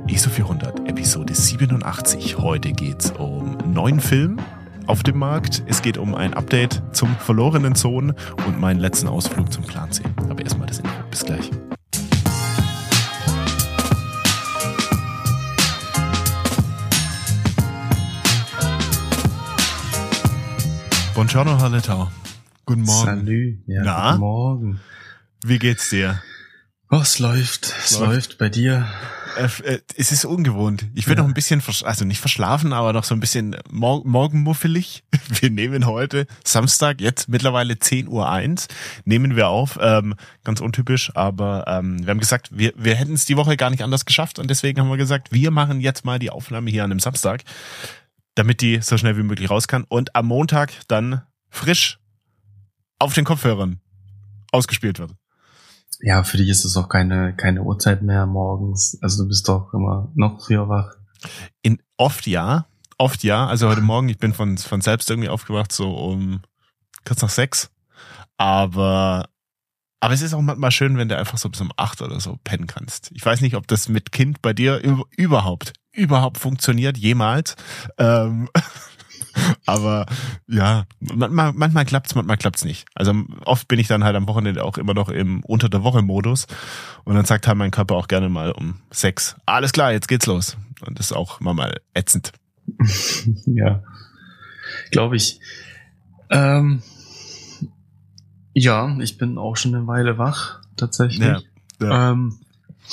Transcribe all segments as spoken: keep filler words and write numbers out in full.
I S O vierhundert, Episode siebenundachtzig. Heute geht's um neuen Film auf dem Markt. Es geht um ein Update zum verlorenen Sohn und meinen letzten Ausflug zum Plansee. Aber erstmal das Intro. Bis gleich. Buongiorno, Herr Littau. Guten Morgen. Salü. Ja, Na? guten Morgen. Wie geht's dir? Oh, es läuft. Es Läuft. läuft bei dir. Äh, äh, es ist ungewohnt. Ich bin Ja. noch ein bisschen, versch- also nicht verschlafen, aber noch so ein bisschen mor- morgenmuffelig. Wir nehmen heute Samstag, jetzt mittlerweile zehn Uhr eins, nehmen wir auf. Ähm, ganz untypisch, aber ähm, wir haben gesagt, wir, wir hätten es die Woche gar nicht anders geschafft und deswegen haben wir gesagt, wir machen jetzt mal die Aufnahme hier an einem Samstag, damit die so schnell wie möglich raus kann und am Montag dann frisch auf den Kopfhörern ausgespielt wird. Ja, für dich ist es auch keine keine Uhrzeit mehr morgens. Also du bist doch immer noch früher wach. In oft ja, oft ja. Also heute Morgen, ich bin von von selbst irgendwie aufgewacht, so um kurz nach sechs. Aber aber es ist auch manchmal schön, wenn du einfach so bis um acht oder so pennen kannst. Ich weiß nicht, ob das mit Kind bei dir üb- überhaupt überhaupt funktioniert jemals. Ähm, aber ja, manchmal, manchmal klappt's, manchmal klappt's nicht. Also oft bin ich dann halt am Wochenende auch immer noch im Unter der Woche Modus und dann sagt halt mein Körper auch gerne mal um sechs, alles klar, jetzt geht's los. Und das ist auch immer mal ätzend. Ja, glaube ich. Ähm, ja, ich bin auch schon eine Weile wach, tatsächlich. Ja, ja. Ähm,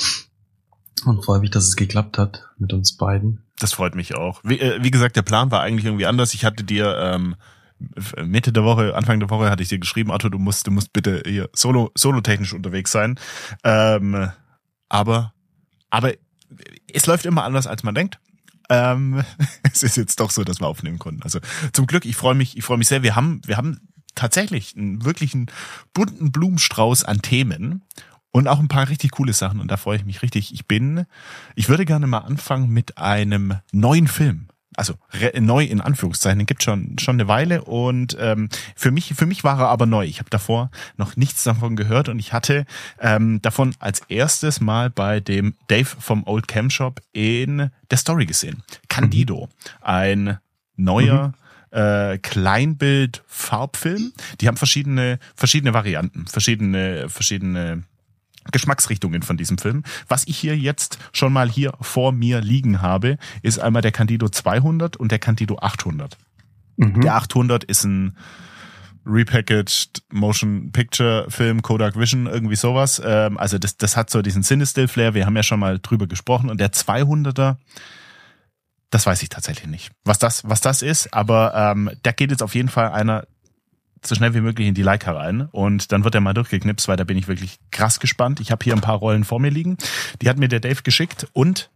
und freue mich, dass es geklappt hat mit uns beiden. Das freut mich auch. Wie, äh, wie gesagt, der Plan war eigentlich irgendwie anders. Ich hatte dir ähm, Mitte der Woche, Anfang der Woche hatte ich dir geschrieben, Arthur, du musst, du musst bitte hier solo, solo-technisch unterwegs sein. Ähm, aber, aber es läuft immer anders, als man denkt. Ähm, es ist jetzt doch so, dass wir aufnehmen konnten. Also zum Glück, ich freue mich, ich freue mich sehr. Wir haben, wir haben tatsächlich einen wirklichen bunten Blumenstrauß an Themen. Und auch ein paar richtig coole Sachen und da freue ich mich richtig. Ich bin, ich würde gerne mal anfangen mit einem neuen Film. Also re, neu in Anführungszeichen, den gibt schon schon eine Weile und ähm, für mich für mich war er aber neu. Ich habe davor noch nichts davon gehört und ich hatte ähm, davon als erstes mal bei dem Dave vom Old Cam Shop in der Story gesehen. Candido, ein neuer mhm. äh, Kleinbild-Farbfilm. Die haben verschiedene verschiedene Varianten, verschiedene verschiedene Geschmacksrichtungen von diesem Film. Was ich hier jetzt schon mal hier vor mir liegen habe, ist einmal der Candido zweihundert und der Candido achthundert. Mhm. Der achthundert ist ein repackaged Motion Picture Film, Kodak Vision, irgendwie sowas. Also das, das hat so diesen Cinestill-Flair. Wir haben ja schon mal drüber gesprochen. Und der zweihunderter, das weiß ich tatsächlich nicht, was das, was das ist. Aber ähm, da geht jetzt auf jeden Fall einer so schnell wie möglich in die Leica rein und dann wird er mal durchgeknipst, weil da bin ich wirklich krass gespannt. Ich habe hier ein paar Rollen vor mir liegen. Die hat mir der Dave geschickt und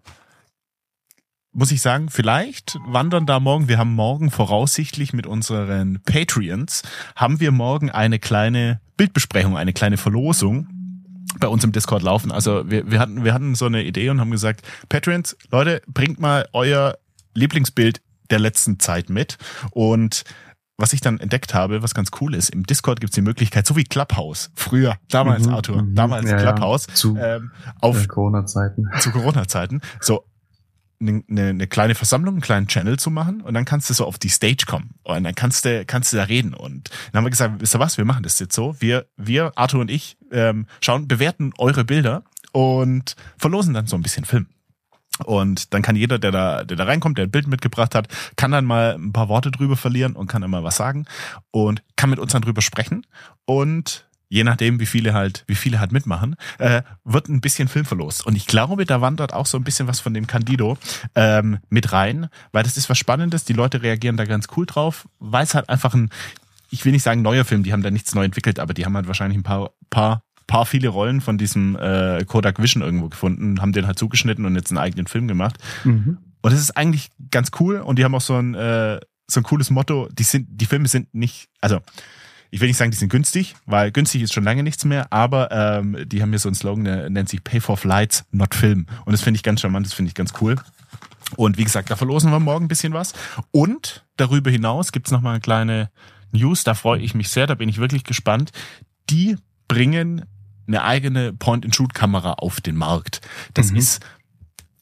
muss ich sagen, vielleicht wandern da morgen, wir haben morgen voraussichtlich mit unseren Patreons, haben wir morgen eine kleine Bildbesprechung, eine kleine Verlosung bei uns im Discord laufen. Also wir, wir hatten, wir hatten so eine Idee und haben gesagt, Patreons, Leute, bringt mal euer Lieblingsbild der letzten Zeit mit und was ich dann entdeckt habe, was ganz cool ist, im Discord gibt's die Möglichkeit, so wie Clubhouse, früher, damals Mhm, Arthur, mhm, damals ja, Clubhouse, ja, zu ähm, auf Corona-Zeiten. zu Corona-Zeiten, so eine ne, ne kleine Versammlung, einen kleinen Channel zu machen und dann kannst du so auf die Stage kommen und dann kannst du kannst du da reden und dann haben wir gesagt, wisst ihr was, wir machen das jetzt so, wir, wir Arthur und ich, ähm, schauen, bewerten eure Bilder und verlosen dann so ein bisschen Film. Und dann kann jeder, der da, der da reinkommt, der ein Bild mitgebracht hat, kann dann mal ein paar Worte drüber verlieren und kann dann mal was sagen und kann mit uns dann drüber sprechen. Und je nachdem, wie viele halt, wie viele halt mitmachen, äh, wird ein bisschen Film verlost. Und ich glaube, da wandert auch so ein bisschen was von dem Candido ähm, mit rein, weil das ist was Spannendes. Die Leute reagieren da ganz cool drauf, weil es halt einfach ein, ich will nicht sagen neuer Film, die haben da nichts neu entwickelt, aber die haben halt wahrscheinlich ein paar, paar paar viele Rollen von diesem äh, Kodak Vision irgendwo gefunden, haben den halt zugeschnitten und jetzt einen eigenen Film gemacht. Mhm. Und das ist eigentlich ganz cool und die haben auch so ein äh, so ein cooles Motto, die sind die Filme sind nicht, also ich will nicht sagen, die sind günstig, weil günstig ist schon lange nichts mehr, aber ähm, die haben hier so einen Slogan, der nennt sich Pay for Flights, not Film. Und das finde ich ganz charmant, das finde ich ganz cool. Und wie gesagt, da verlosen wir morgen ein bisschen was. Und darüber hinaus gibt's noch mal eine kleine News, da freue ich mich sehr, da bin ich wirklich gespannt. Die bringen eine eigene Point-and-Shoot-Kamera auf den Markt. Das mhm. ist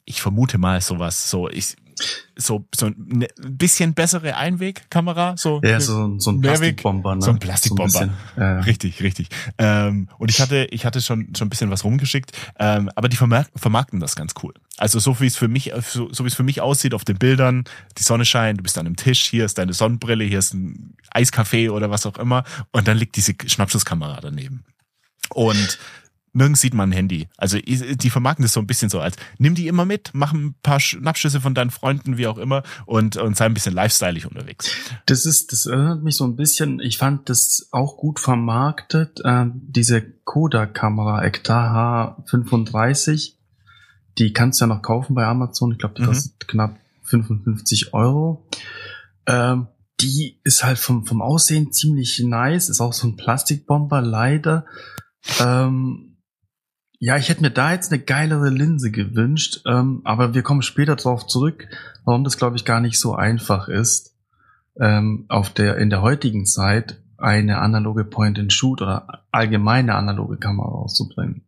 ich vermute mal sowas, so ich so so ein bisschen bessere Einwegkamera, so ja, so, so ein Plastikbomber, ne? So ein Plastikbomber, so ein bisschen, ja. Richtig, richtig. Ähm, und ich hatte ich hatte schon schon ein bisschen was rumgeschickt, ähm, aber die vermark- vermarkten das ganz cool. Also so wie es für mich so, so wie es für mich aussieht auf den Bildern, die Sonne scheint, du bist an einem Tisch, hier ist deine Sonnenbrille, hier ist ein Eiskaffee oder was auch immer und dann liegt diese Schnappschusskamera daneben. Und nirgends sieht man ein Handy. Also die vermarkten das so ein bisschen so als, nimm die immer mit, mach ein paar Schnappschüsse von deinen Freunden, wie auch immer, und, und sei ein bisschen lifestyleig unterwegs. Das ist, das erinnert mich so ein bisschen, ich fand das auch gut vermarktet, äh, diese Kodak-Kamera, Ektar H fünfunddreißig, die kannst du ja noch kaufen bei Amazon, ich glaube, die mhm. kostet knapp fünfundfünfzig Euro. Ähm, die ist halt vom, vom Aussehen ziemlich nice, ist auch so ein Plastikbomber, leider. Ähm, Ja, ich hätte mir da jetzt eine geilere Linse gewünscht, ähm, aber wir kommen später darauf zurück, warum das, glaube ich, gar nicht so einfach ist, ähm, auf der in der heutigen Zeit eine analoge Point-and-Shoot oder allgemeine analoge Kamera auszubringen.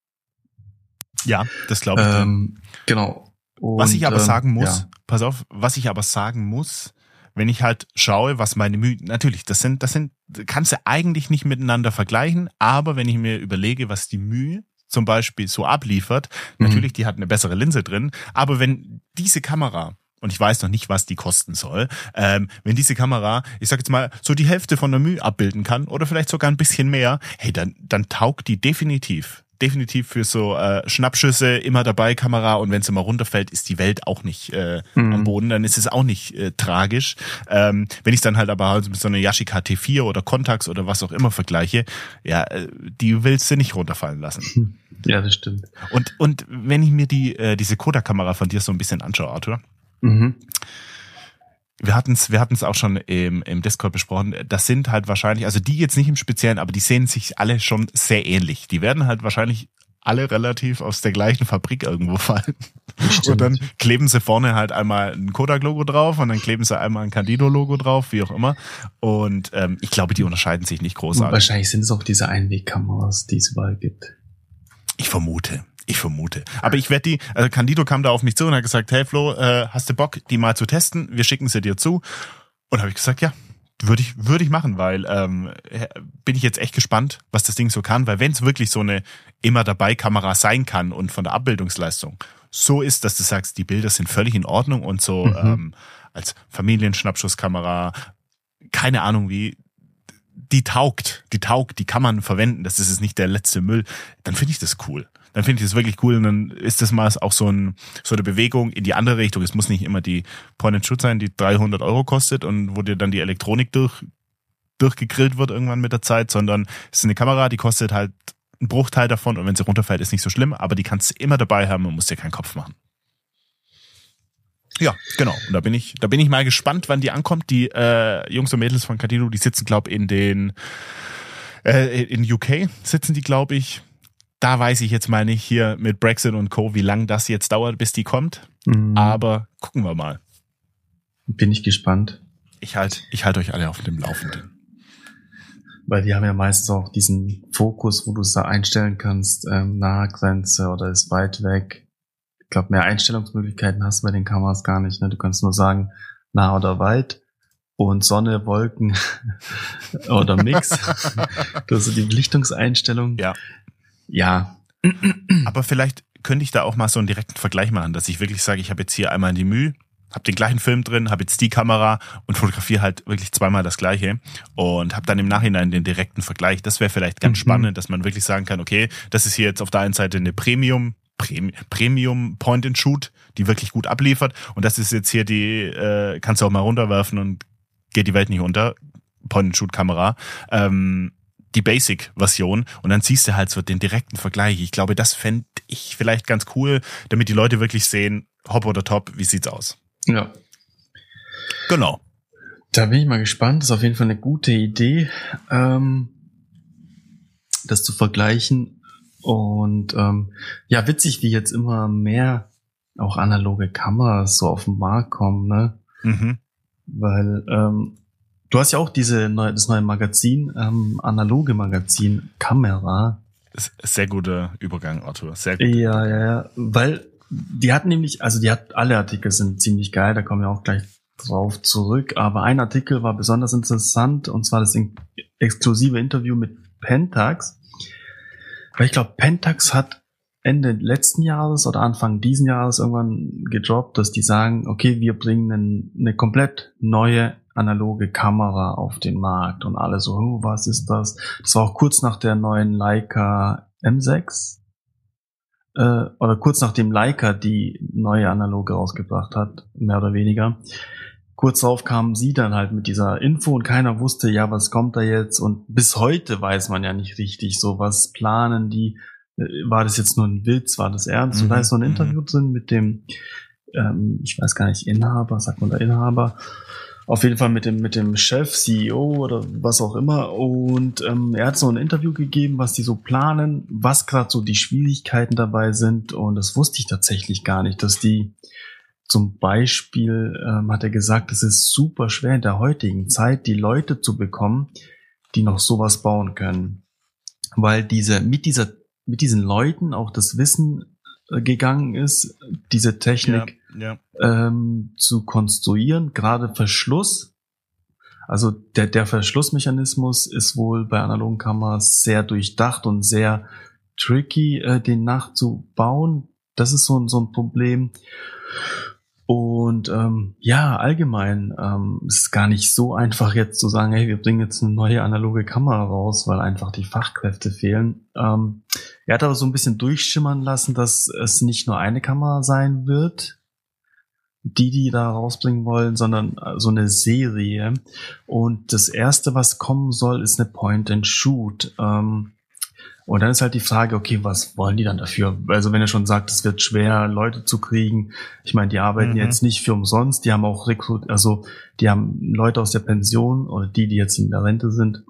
Ja, das glaube ich. Ähm, genau. Und, was ich aber ähm, sagen muss, ja. pass auf, was ich aber sagen muss, wenn ich halt schaue, was meine Mühe, natürlich, das sind, das sind, kannst du eigentlich nicht miteinander vergleichen, aber wenn ich mir überlege, was die Mühe zum Beispiel so abliefert, mhm. natürlich, die hat eine bessere Linse drin, aber wenn diese Kamera, und ich weiß noch nicht, was die kosten soll, ähm, wenn diese Kamera, ich sag jetzt mal, so die Hälfte von der Mühe abbilden kann oder vielleicht sogar ein bisschen mehr, hey, dann, dann taugt die definitiv. Definitiv für so äh, Schnappschüsse, immer dabei Kamera, und wenn sie mal runterfällt, ist die Welt auch nicht äh, mhm. am Boden, dann ist es auch nicht äh, tragisch. Ähm, wenn ich dann halt aber halt mit so einer Yashica T vier oder Contax oder was auch immer vergleiche, ja, äh, die willst du nicht runterfallen lassen. Ja, das stimmt. Und und wenn ich mir die äh, diese Kodak-Kamera von dir so ein bisschen anschaue, Arthur, mhm. Wir hatten es wir hatten's auch schon im, im Discord besprochen. Das sind halt wahrscheinlich, also die jetzt nicht im Speziellen, aber die sehen sich alle schon sehr ähnlich. Die werden halt wahrscheinlich alle relativ aus der gleichen Fabrik irgendwo fallen. Und dann kleben sie vorne halt einmal ein Kodak-Logo drauf und dann kleben sie einmal ein Candido-Logo drauf, wie auch immer. Und ähm, ich glaube, die unterscheiden sich nicht großartig. Und wahrscheinlich sind es auch diese Einwegkameras, die es überall gibt. Ich vermute. Ich vermute. Aber ich werde die, also Candido kam da auf mich zu und hat gesagt, hey Flo, äh, hast du Bock, die mal zu testen? Wir schicken sie dir zu. Und habe ich gesagt, ja, würde ich, würde ich machen, weil ähm, bin ich jetzt echt gespannt, was das Ding so kann. Weil wenn es wirklich so eine immer dabei Kamera sein kann und von der Abbildungsleistung so ist, dass du sagst, die Bilder sind völlig in Ordnung und so mhm. ähm, als Familienschnappschusskamera, keine Ahnung wie, die taugt, die taugt, die kann man verwenden, das ist jetzt nicht der letzte Müll, dann finde ich das cool. Dann finde ich das wirklich cool und dann ist das mal auch so, ein, so eine Bewegung in die andere Richtung. Es muss nicht immer die Point-and-Shoot sein, die dreihundert Euro kostet und wo dir dann die Elektronik durch, durchgegrillt wird irgendwann mit der Zeit, sondern es ist eine Kamera, die kostet halt einen Bruchteil davon und wenn sie runterfällt, ist nicht so schlimm, aber die kannst du immer dabei haben und musst dir keinen Kopf machen. Ja, genau. Und da bin ich, da bin ich mal gespannt, wann die ankommt. Die äh, Jungs und Mädels von Candido, die sitzen, glaube ich, in den äh, in U K sitzen die, glaube ich. Da weiß ich jetzt mal nicht hier mit Brexit und Co., wie lang das jetzt dauert, bis die kommt. Mhm. Aber gucken wir mal. Bin ich gespannt. Ich halte ich halt euch alle auf dem Laufenden. Weil die haben ja meistens auch diesen Fokus, wo du es da einstellen kannst, ähm, nahe Grenze oder ist weit weg. Ich glaube, mehr Einstellungsmöglichkeiten hast du bei den Kameras gar nicht. Ne? Du kannst nur sagen, nah oder weit. Und Sonne, Wolken oder Mix. Das ist die Belichtungseinstellung. Ja. Ja. Aber vielleicht könnte ich da auch mal so einen direkten Vergleich machen, dass ich wirklich sage, ich habe jetzt hier einmal die Mühe, habe den gleichen Film drin, habe jetzt die Kamera und fotografiere halt wirklich zweimal das Gleiche und habe dann im Nachhinein den direkten Vergleich. Das wäre vielleicht ganz mhm. spannend, dass man wirklich sagen kann, okay, das ist hier jetzt auf der einen Seite eine Premium, Premium, Premium Point-and-Shoot, die wirklich gut abliefert und das ist jetzt hier die, äh, kannst du auch mal runterwerfen und geht die Welt nicht unter, Point-and-Shoot-Kamera. Ähm, die Basic-Version und dann siehst du halt so den direkten Vergleich. Ich glaube, das fände ich vielleicht ganz cool, damit die Leute wirklich sehen, hopp oder top, wie sieht's aus? Ja. Genau. Da bin ich mal gespannt. Das ist auf jeden Fall eine gute Idee, ähm, das zu vergleichen. Und ähm, ja, witzig, wie jetzt immer mehr auch analoge Kameras so auf den Markt kommen, ne? Mhm. Weil ähm, du hast ja auch diese neue, das neue Magazin, ähm, analoge Magazin, Kamera. Sehr guter Übergang, Arthur. Sehr gut. Ja, ja, ja. Weil die hat nämlich, also die hat, alle Artikel sind ziemlich geil, da kommen wir auch gleich drauf zurück, aber ein Artikel war besonders interessant, und zwar das in- exklusive Interview mit Pentax, weil ich glaube, Pentax hat Ende letzten Jahres oder Anfang diesen Jahres irgendwann gedroppt, dass die sagen, okay, wir bringen einen, eine komplett neue analoge Kamera auf den Markt, und alle so, oh, was ist das? Das war auch kurz nach der neuen Leica M sechs, äh, oder kurz nachdem Leica die neue analoge rausgebracht hat, mehr oder weniger. Kurz darauf kamen sie dann halt mit dieser Info, und keiner wusste, ja, was kommt da jetzt, und bis heute weiß man ja nicht richtig so, was planen die, äh, war das jetzt nur ein Witz, war das ernst? Mhm. Und da ist so ein Mhm. Interview drin mit dem, ähm, ich weiß gar nicht, Inhaber, sagt man da Inhaber, auf jeden Fall mit dem mit dem Chef, C E O oder was auch immer, und ähm, er hat so ein Interview gegeben, was die so planen, was gerade so die Schwierigkeiten dabei sind, und das wusste ich tatsächlich gar nicht, dass die zum Beispiel, ähm, hat er gesagt, es ist super schwer in der heutigen Zeit, die Leute zu bekommen, die noch sowas bauen können, weil diese mit dieser mit diesen Leuten auch das Wissen äh, gegangen ist, diese Technik Ja, ja. ähm, zu konstruieren, gerade Verschluss. Also der, der Verschlussmechanismus ist wohl bei analogen Kameras sehr durchdacht und sehr tricky, äh, den nachzubauen. Das ist so, ein so ein Problem. Und ähm, ja, allgemein ähm, ist es gar nicht so einfach jetzt zu sagen, hey, wir bringen jetzt eine neue analoge Kamera raus, weil einfach die Fachkräfte fehlen. Ähm, er hat aber so ein bisschen durchschimmern lassen, dass es nicht nur eine Kamera sein wird, die die da rausbringen wollen, sondern so eine Serie. Und das erste, was kommen soll, ist eine Point-and-Shoot. Ähm, und dann ist halt die Frage, okay, was wollen die dann dafür? Also wenn er schon sagt, es wird schwer, Leute zu kriegen. Ich meine, die arbeiten Mhm. jetzt nicht für umsonst. Die haben auch Rekrut, also die haben Leute aus der Pension oder die, die jetzt in der Rente sind.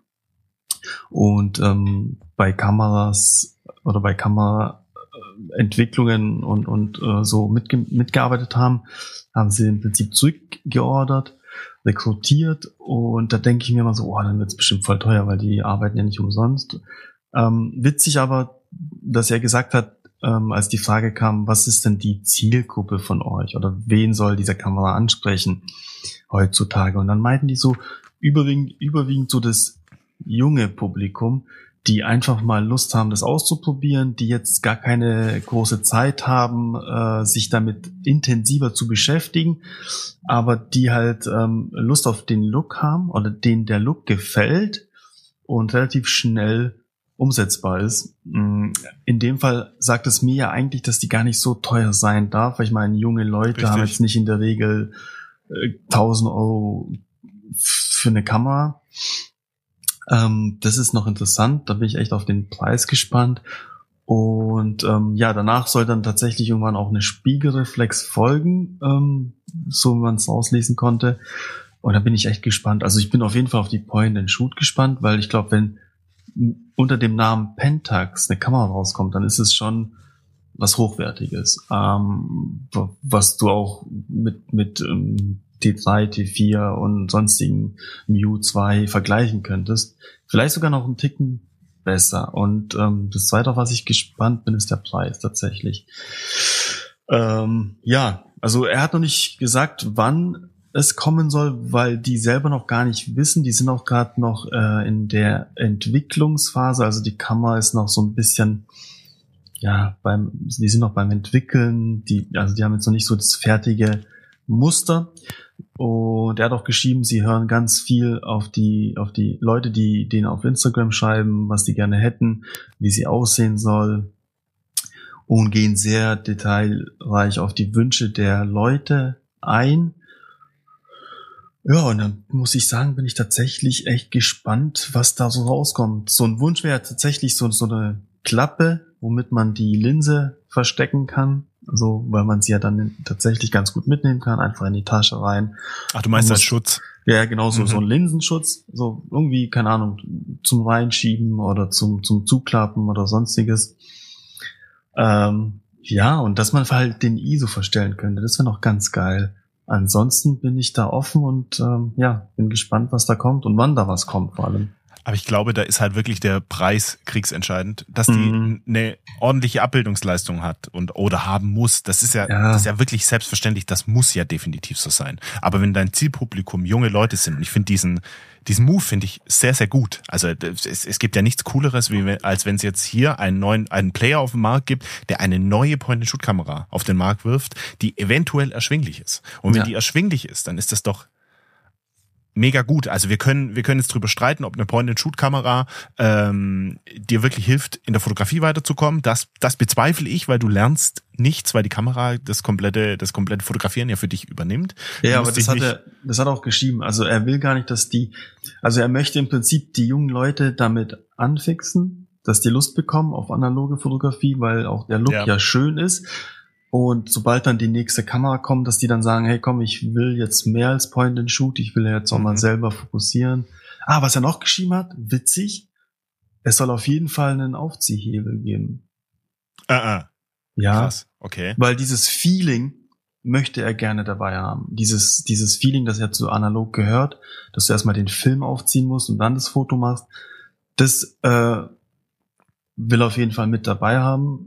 Und ähm, bei Kameras oder bei Kameraentwicklungen und und äh, so mitge mitgearbeitet haben, haben sie im Prinzip zurückgeordert, rekrutiert, und da denke ich mir mal so, oh, dann wird es bestimmt voll teuer, weil die arbeiten ja nicht umsonst. Ähm, witzig aber, dass er gesagt hat, ähm, als die Frage kam, was ist denn die Zielgruppe von euch oder wen soll diese Kamera ansprechen heutzutage? Und dann meinten die so, überwiegend, überwiegend so das junge Publikum, die einfach mal Lust haben, das auszuprobieren, die jetzt gar keine große Zeit haben, äh, sich damit intensiver zu beschäftigen, aber die halt ähm, Lust auf den Look haben oder denen der Look gefällt und relativ schnell umsetzbar ist. In dem Fall sagt es mir ja eigentlich, dass die gar nicht so teuer sein darf, weil ich meine, junge Leute Richtig. haben jetzt nicht in der Regel äh, tausend Euro für eine Kamera. Ähm, das ist noch interessant, da bin ich echt auf den Preis gespannt. Und ähm, ja, danach soll dann tatsächlich irgendwann auch eine Spiegelreflex folgen, ähm, so wie man es auslesen konnte. Und da bin ich echt gespannt. Also ich bin auf jeden Fall auf die Point-and-Shoot gespannt, weil ich glaube, wenn unter dem Namen Pentax eine Kamera rauskommt, dann ist es schon was Hochwertiges, ähm, was du auch mit mit ähm, T drei, T vier und sonstigen M I U zwei vergleichen könntest. Vielleicht sogar noch einen Ticken besser. Und ähm, das Zweite, auf was ich gespannt bin, ist der Preis tatsächlich. Ähm, ja, also er hat noch nicht gesagt, wann es kommen soll, weil die selber noch gar nicht wissen. Die sind auch gerade noch äh, in der Entwicklungsphase. Also die Kamera ist noch so ein bisschen, ja, beim, die sind noch beim Entwickeln. Die, also die haben jetzt noch nicht so das fertige Muster. Und er hat auch geschrieben, sie hören ganz viel auf die, auf die Leute, die denen auf Instagram schreiben, was die gerne hätten, wie sie aussehen soll, und gehen sehr detailreich auf die Wünsche der Leute ein. Ja, und dann muss ich sagen, bin ich tatsächlich echt gespannt, was da so rauskommt. So ein Wunsch wäre tatsächlich so, so eine Klappe, womit man die Linse verstecken kann. Also, weil man sie ja dann tatsächlich ganz gut mitnehmen kann, einfach in die Tasche rein. Ach, du meinst Man als muss- Schutz? Ja, genau, so, Mhm. so ein Linsenschutz, so irgendwie, keine Ahnung, zum Reinschieben oder zum, zum Zuklappen oder sonstiges. Ähm, ja, und dass man halt den I S O verstellen könnte, das wäre noch ganz geil. Ansonsten bin ich da offen und ähm, ja, bin gespannt, was da kommt und wann da was kommt vor allem. Aber ich glaube, da ist halt wirklich der Preis kriegsentscheidend, dass die mhm. eine ordentliche Abbildungsleistung hat und oder haben muss. Das ist ja, ja, das ist ja wirklich selbstverständlich. Das muss ja definitiv so sein. Aber wenn dein Zielpublikum junge Leute sind, und ich finde diesen diesen Move finde ich sehr sehr gut. Also es, es gibt ja nichts Cooleres, wie wenn, als wenn es jetzt hier einen neuen einen Player auf dem Markt gibt, der eine neue Point-and-Shoot-Kamera auf den Markt wirft, die eventuell erschwinglich ist. Und wenn ja. die erschwinglich ist, dann ist das doch mega gut. Also wir können wir können jetzt drüber streiten, ob eine Point-and-Shoot-Kamera ähm, dir wirklich hilft, in der Fotografie weiterzukommen. Das das bezweifle ich, weil du lernst nichts, weil die Kamera das komplette das komplette Fotografieren ja für dich übernimmt. Ja, aber das hat er das hat er auch geschrieben. Also er will gar nicht, dass die, also er möchte im Prinzip die jungen Leute damit anfixen, dass die Lust bekommen auf analoge Fotografie, weil auch der Look ja, ja schön ist. Und sobald dann die nächste Kamera kommt, dass die dann sagen, hey komm, ich will jetzt mehr als Point and Shoot, ich will jetzt auch mhm. mal selber fokussieren. Ah, was er noch geschrieben hat, witzig, es soll auf jeden Fall einen Aufziehhebel geben. Ah, ah. Ja, krass, okay. Weil dieses Feeling möchte er gerne dabei haben. Dieses dieses Feeling, das ja zu analog gehört, dass du erstmal den Film aufziehen musst und dann das Foto machst, das äh, will er auf jeden Fall mit dabei haben.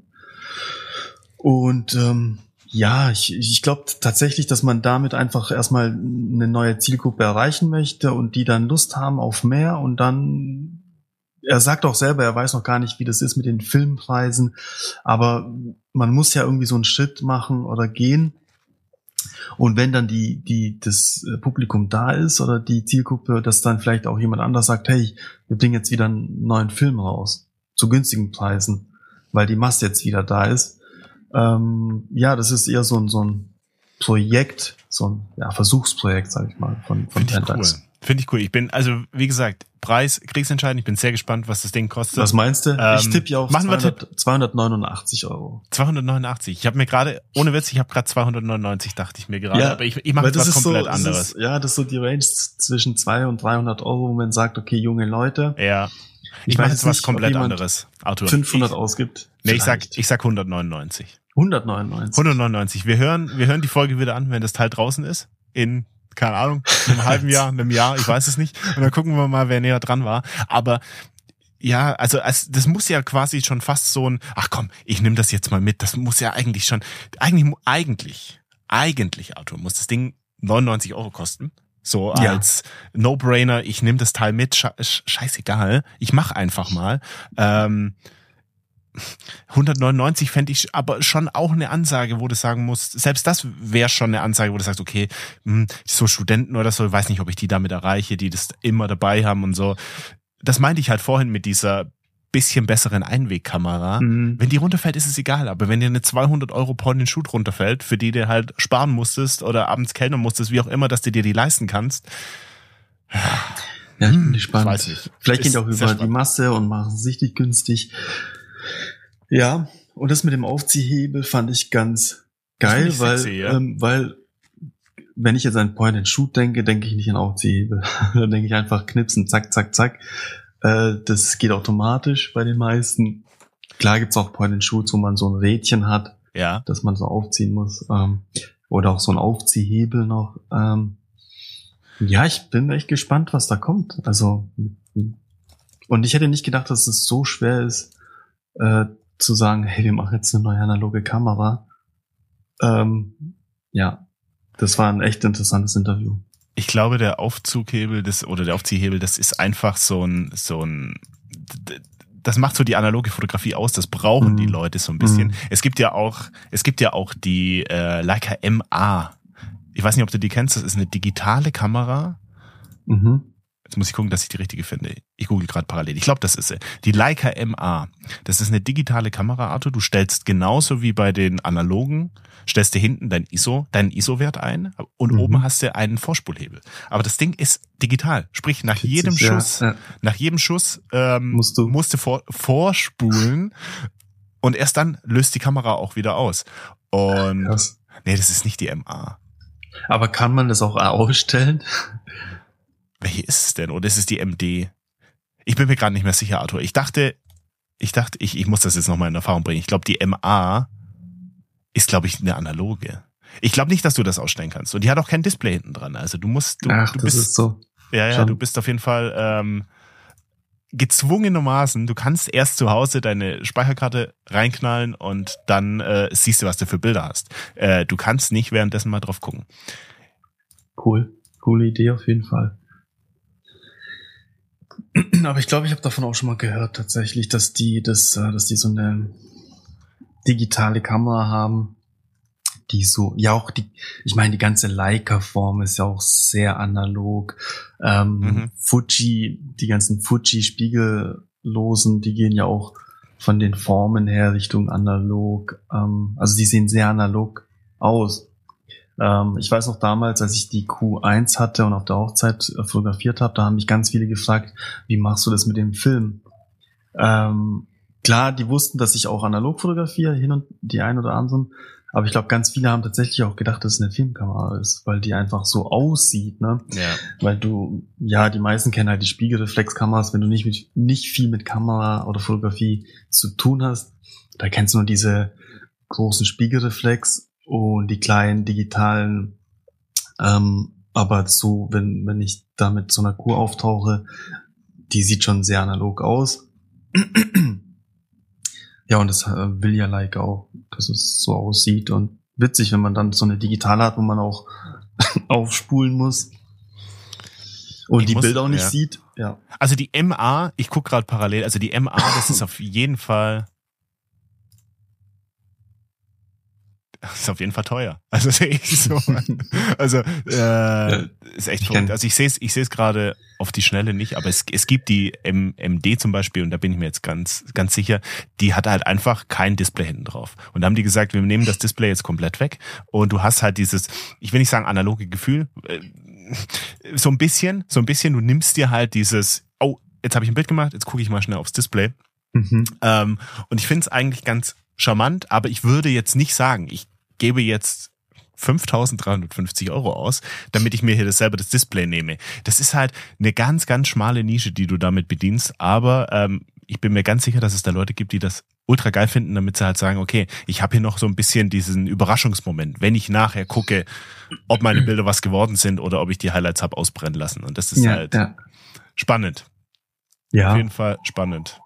Und ähm, ja, ich, ich glaube tatsächlich, dass man damit einfach erstmal eine neue Zielgruppe erreichen möchte und die dann Lust haben auf mehr. Und dann, er sagt auch selber, er weiß noch gar nicht, wie das ist mit den Filmpreisen, aber man muss ja irgendwie so einen Schritt machen oder gehen. Und wenn dann die die das Publikum da ist oder die Zielgruppe, dass dann vielleicht auch jemand anders sagt, hey, wir bringen jetzt wieder einen neuen Film raus zu günstigen Preisen, weil die Masse jetzt wieder da ist. Ähm, ja, das ist eher so ein, so ein Projekt, so ein ja, Versuchsprojekt, sag ich mal, von, von Pentax. Cool. Finde ich cool. Ich bin, also wie gesagt, Preis kriegsentscheidend. Ich bin sehr gespannt, was das Ding kostet. Was meinst du? Ähm, ich tippe ja auf zweihundert, zweihundertneunundachtzig Euro. zweihundertneunundachtzig. Ich habe mir gerade, ohne Witz, ich habe gerade zweihundertneunundneunzig, dachte ich mir gerade. Ja, aber ich, ich mache was komplett so, anderes. Ist, ja, das ist so die Range zwischen zweihundert und dreihundert Euro, wo man sagt, okay, junge Leute. Ja. Ich, ich mache jetzt was komplett anderes. Arthur. fünfhundert ich, ausgibt. Nee, ich sag, ich sag hundertneunundneunzig. hundertneunundneunzig. hundertneunundneunzig. Wir hören, wir hören die Folge wieder an, wenn das Teil draußen ist. In, keine Ahnung, einem halben Jahr, einem Jahr, ich weiß es nicht. Und dann gucken wir mal, wer näher dran war. Aber ja, also als, das muss ja quasi schon fast so ein, ach komm, ich nehme das jetzt mal mit. Das muss ja eigentlich schon, eigentlich, eigentlich, eigentlich, Arthur, muss das Ding neunundneunzig Euro kosten. So als ja. No-Brainer, ich nehme das Teil mit, scheißegal, ich mach einfach mal. Ähm, hundertneunundneunzig fände ich aber schon auch eine Ansage, wo du sagen musst, selbst das wäre schon eine Ansage, wo du sagst, okay, mh, so Studenten oder so, ich weiß nicht, ob ich die damit erreiche, die das immer dabei haben und so. Das meinte ich halt vorhin mit dieser bisschen besseren Einwegkamera. Mhm. Wenn die runterfällt, ist es egal, aber wenn dir eine zweihundert Euro Point-and-Shoot runterfällt, für die du halt sparen musstest oder abends kellnern musstest, wie auch immer, dass du dir die leisten kannst. Ja, ich bin gespannt. Weiß nicht. Vielleicht geht auch über die Masse und machen es richtig günstig. Ja, und das mit dem Aufziehhebel fand ich ganz geil, ich weil, sexy, ja. ähm, weil wenn ich jetzt an Point-and-Shoot denke, denke ich nicht an Aufziehhebel. Dann denke ich einfach knipsen, zack, zack, zack. Äh, das geht automatisch bei den meisten. Klar gibt's auch Point-and-Shoots, wo man so ein Rädchen hat, ja, dass man so aufziehen muss. Ähm, oder auch so ein Aufziehhebel noch. Ähm, ja, ich bin echt gespannt, was da kommt. Also, und ich hätte nicht gedacht, dass es so schwer ist, äh, zu sagen, hey, wir machen jetzt eine neue analoge Kamera. Ähm, ja, das war ein echt interessantes Interview. Ich glaube, der Aufzughebel, das oder der Aufziehhebel, das ist einfach so ein, so ein, das macht so die analoge Fotografie aus. Das brauchen mhm. die Leute so ein bisschen. Mhm. Es gibt ja auch, es gibt ja auch die äh, Leica M A. Ich weiß nicht, ob du die kennst. Das ist eine digitale Kamera. Mhm. Jetzt muss ich gucken, dass ich die richtige finde. Ich google gerade parallel. Ich glaube, das ist sie. Die Leica M A. Das ist eine digitale Kamera, Arthur. Du stellst genauso wie bei den analogen, stellst dir hinten dein I S O, deinen I S O-Wert ein und mhm. oben hast du einen Vorspulhebel. Aber das Ding ist digital. Sprich, nach Witzig, jedem ja. Schuss, ja. nach jedem Schuss ähm, musst du, musst du vor, vorspulen und erst dann löst die Kamera auch wieder aus. Und Krass. nee, das ist nicht die M A. Aber kann man das auch ausstellen? Welche ist es denn? Oder ist es die M D? Ich bin mir gerade nicht mehr sicher, Arthur. Ich dachte, ich dachte, ich, ich muss das jetzt nochmal in Erfahrung bringen. Ich glaube, die M A ist, glaube ich, eine analoge. Ich glaube nicht, dass du das ausstellen kannst. Und die hat auch kein Display hinten dran. Also du musst, du, Ach, du das bist, ist so. Ja, ja, Schon. du bist auf jeden Fall, ähm, gezwungenermaßen, du kannst erst zu Hause deine Speicherkarte reinknallen und dann äh, siehst du, was du für Bilder hast. Äh, du kannst nicht währenddessen mal drauf gucken. Cool. Coole Idee auf jeden Fall. Aber ich glaube, ich habe davon auch schon mal gehört tatsächlich, dass die, das, dass die so eine digitale Kamera haben, die so, ja auch die, ich meine, die ganze Leica-Form ist ja auch sehr analog. Ähm, mhm. Fuji, die ganzen Fuji-Spiegellosen, die gehen ja auch von den Formen her Richtung analog. Ähm, also die sehen sehr analog aus. Ähm, ich weiß noch damals, als ich die Q eins hatte und auf der Hochzeit äh, fotografiert habe, da haben mich ganz viele gefragt, wie machst du das mit dem Film? Ähm, klar, die wussten, dass ich auch analog fotografiere, hin und die ein oder anderen, aber ich glaube, ganz viele haben tatsächlich auch gedacht, dass es eine Filmkamera ist, weil die einfach so aussieht, ne? Ja. Weil du, ja, die meisten kennen halt die Spiegelreflexkameras, wenn du nicht mit, nicht viel mit Kamera oder Fotografie zu tun hast, da kennst du nur diese großen Spiegelreflex und die kleinen digitalen, ähm, aber so, wenn, wenn ich da mit so einer Q auftauche, die sieht schon sehr analog aus. Ja, und das will ja Leica auch, dass es so aussieht und witzig, wenn man dann so eine digitale hat, wo man auch aufspulen muss und ich die muss, Bilder auch nicht ja. sieht. Ja. Also die M A, ich gucke gerade parallel, also die M A, das ist auf jeden Fall Das ist auf jeden Fall teuer. Also sehe ich so. Also äh, ist echt verrückt. Also ich sehe es, ich sehe es gerade auf die Schnelle nicht, aber es, es gibt die M D zum Beispiel und da bin ich mir jetzt ganz, ganz sicher. Die hat halt einfach kein Display hinten drauf. Und da haben die gesagt, wir nehmen das Display jetzt komplett weg und du hast halt dieses, ich will nicht sagen analoge Gefühl, äh, so ein bisschen, so ein bisschen. Du nimmst dir halt dieses, oh, jetzt habe ich ein Bild gemacht, jetzt gucke ich mal schnell aufs Display. Mhm. Ähm, und ich finde es eigentlich ganz charmant, aber ich würde jetzt nicht sagen, ich gebe jetzt fünftausenddreihundertfünfzig Euro aus, damit ich mir hier das selber das Display nehme. Das ist halt eine ganz, ganz schmale Nische, die du damit bedienst, aber ähm, ich bin mir ganz sicher, dass es da Leute gibt, die das ultra geil finden, damit sie halt sagen, okay, ich habe hier noch so ein bisschen diesen Überraschungsmoment, wenn ich nachher gucke, ob meine Bilder was geworden sind oder ob ich die Highlights habe ausbrennen lassen. Und das ist ja, halt ja. spannend. Ja. Auf jeden Fall spannend.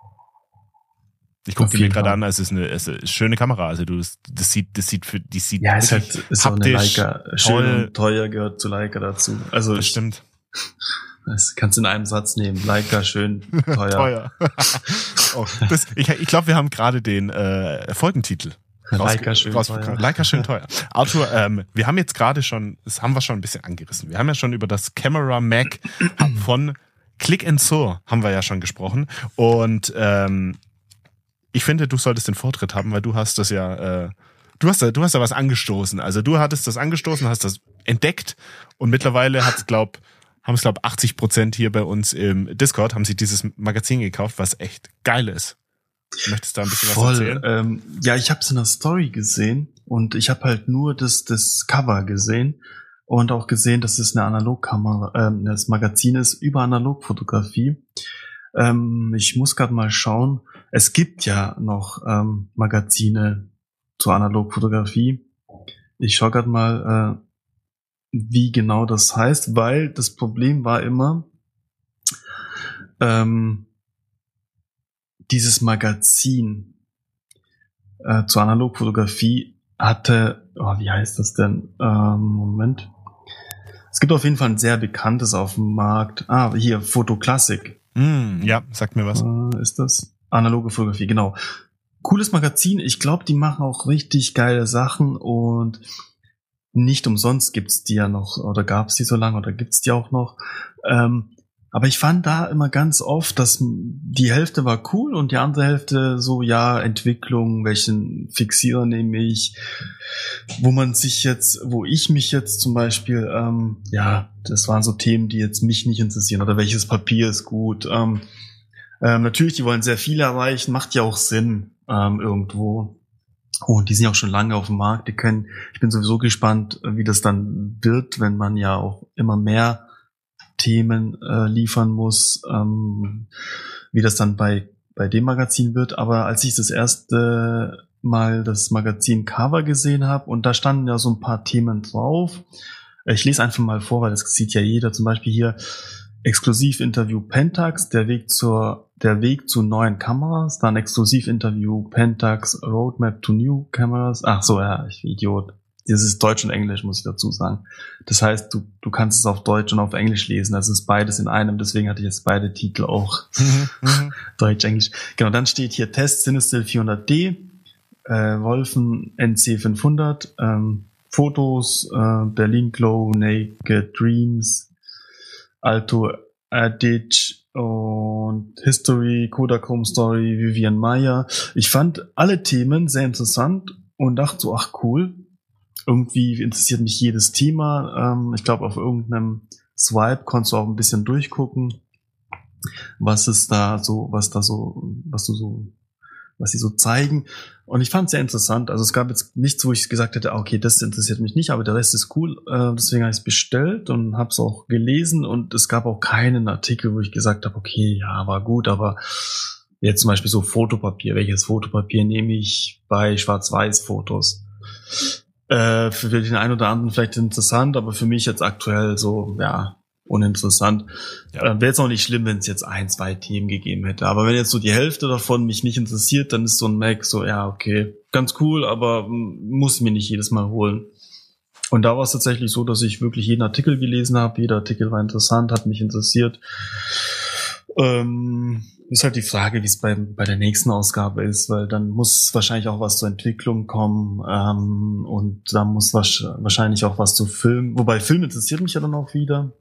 Ich gucke die mir gerade an, es ist eine, es ist eine schöne Kamera. Also du, das, das sieht, das sieht für, die sieht ja, ist halt, ist so eine Leica, schön und teuer gehört zu Leica dazu. Also das stimmt. Das kannst du in einem Satz nehmen. Leica, schön, teuer. teuer. oh, das, ich ich glaube, wir haben gerade den äh, Folgentitel. Leica schön teuer. Leica schön teuer. Arthur, ähm, wir haben jetzt gerade schon, das haben wir schon ein bisschen angerissen. Wir haben ja schon über das Camera Mac von Click and Soar haben wir ja schon gesprochen. Und ähm, ich finde, du solltest den Vortritt haben, weil du hast das ja, äh, du hast da, du hast da was angestoßen. Also du hattest das angestoßen, hast das entdeckt und mittlerweile hat's glaub, haben es glaub achtzig Prozent hier bei uns im Discord haben sie dieses Magazin gekauft, was echt geil ist. Möchtest du da ein bisschen Voll, was erzählen? Ähm, ja, ich habe es in der Story gesehen und ich habe halt nur das das Cover gesehen und auch gesehen, dass es eine Analogkamera, ähm, das Magazin ist über Analogfotografie. Ähm, ich muss gerade mal schauen. Es gibt ja noch ähm, Magazine zur Analogfotografie. Ich schaue gerade mal, äh, wie genau das heißt, weil das Problem war immer, ähm, dieses Magazin äh, zur Analogfotografie hatte, oh, wie heißt das denn? Ähm, Moment. Es gibt auf jeden Fall ein sehr bekanntes auf dem Markt. Ah, hier, Fotoklassik. Mm, ja, sagt mir was. Äh, ist das? Analoge Fotografie, genau. Cooles Magazin. Ich glaube, die machen auch richtig geile Sachen und nicht umsonst gibt's die ja noch, oder gab's die so lange, oder gibt's die auch noch. Ähm, aber ich fand da immer ganz oft, dass die Hälfte war cool und die andere Hälfte so, ja, Entwicklung, welchen Fixierer nehme ich, wo man sich jetzt, wo ich mich jetzt zum Beispiel, ähm, ja, das waren so Themen, die jetzt mich nicht interessieren, oder welches Papier ist gut. Ähm, ähm, natürlich, die wollen sehr viel erreichen, macht ja auch Sinn ähm, irgendwo. Und die sind ja auch schon lange auf dem Markt. Die können, ich bin sowieso gespannt, wie das dann wird, wenn man ja auch immer mehr Themen äh, liefern muss, ähm, wie das dann bei bei dem Magazin wird. Aber als ich das erste Mal das Magazin Cover gesehen habe und da standen ja so ein paar Themen drauf, ich lese einfach mal vor, weil das sieht ja jeder. Zum Beispiel hier Exklusivinterview Pentax, der Weg zur, der Weg zu neuen Kameras, dann Exklusivinterview Pentax, Roadmap to New Cameras. Ach so, ja, ich Idiot. Das ist Deutsch und Englisch, muss ich dazu sagen. Das heißt, du, du kannst es auf Deutsch und auf Englisch lesen. Das ist beides in einem. Deswegen hatte ich jetzt beide Titel auch. Deutsch, Englisch. Genau, dann steht hier Test Cinestill vierhundert D, äh, Wolfen N C fünfhundert, ähm, Fotos, äh, Berlin Glow, Naked Dreams, Alto Adage und History, Kodachrome Story, Vivian Maier. Ich fand alle Themen sehr interessant und dachte so, ach cool. Irgendwie interessiert mich jedes Thema. Ähm, ich glaube, auf irgendeinem Swipe konntest du auch ein bisschen durchgucken, was ist da so, was da so, was du so, was sie so zeigen. Und ich fand es sehr interessant. Also es gab jetzt nichts, wo ich gesagt hätte, okay, das interessiert mich nicht, aber der Rest ist cool. Äh, deswegen habe ich es bestellt und habe es auch gelesen. Und es gab auch keinen Artikel, wo ich gesagt habe, okay, ja, war gut, aber jetzt zum Beispiel so Fotopapier. Welches Fotopapier nehme ich bei Schwarz-Weiß-Fotos? Äh, für den einen oder anderen vielleicht interessant, aber für mich jetzt aktuell so, ja, uninteressant. Ja. Äh, wäre jetzt auch nicht schlimm, wenn es jetzt ein, zwei Themen gegeben hätte. Aber wenn jetzt so die Hälfte davon mich nicht interessiert, dann ist so ein Mac so, ja, okay, ganz cool, aber muss ich mir nicht jedes Mal holen. Und da war es tatsächlich so, dass ich wirklich jeden Artikel gelesen habe. Jeder Artikel war interessant, hat mich interessiert. Ähm, ist halt die Frage, wie es bei, bei der nächsten Ausgabe ist, weil dann muss wahrscheinlich auch was zur Entwicklung kommen ähm, und da muss was, wahrscheinlich auch was zu Film, wobei Film interessiert mich ja dann auch wieder.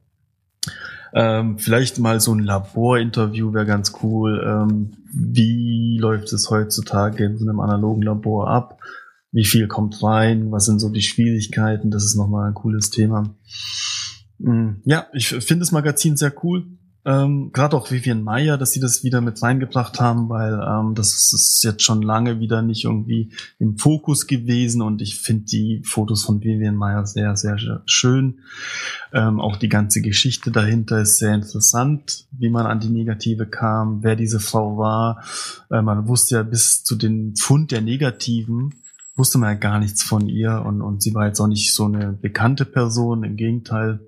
Ähm, vielleicht mal so ein Laborinterview wäre ganz cool. Ähm, wie läuft es heutzutage in so einem analogen Labor ab? Wie viel kommt rein? Was sind so die Schwierigkeiten? Das ist nochmal ein cooles Thema. Mhm. Ja, ich finde das Magazin sehr cool. Ähm, gerade auch Vivian Maier, dass sie das wieder mit reingebracht haben, weil ähm, das ist jetzt schon lange wieder nicht irgendwie im Fokus gewesen und ich finde die Fotos von Vivian Maier sehr, sehr schön. Ähm, auch die ganze Geschichte dahinter ist sehr interessant, wie man an die Negative kam, wer diese Frau war. Äh, man wusste ja bis zu den Fund der Negativen, wusste man ja gar nichts von ihr und, und sie war jetzt auch nicht so eine bekannte Person, im Gegenteil.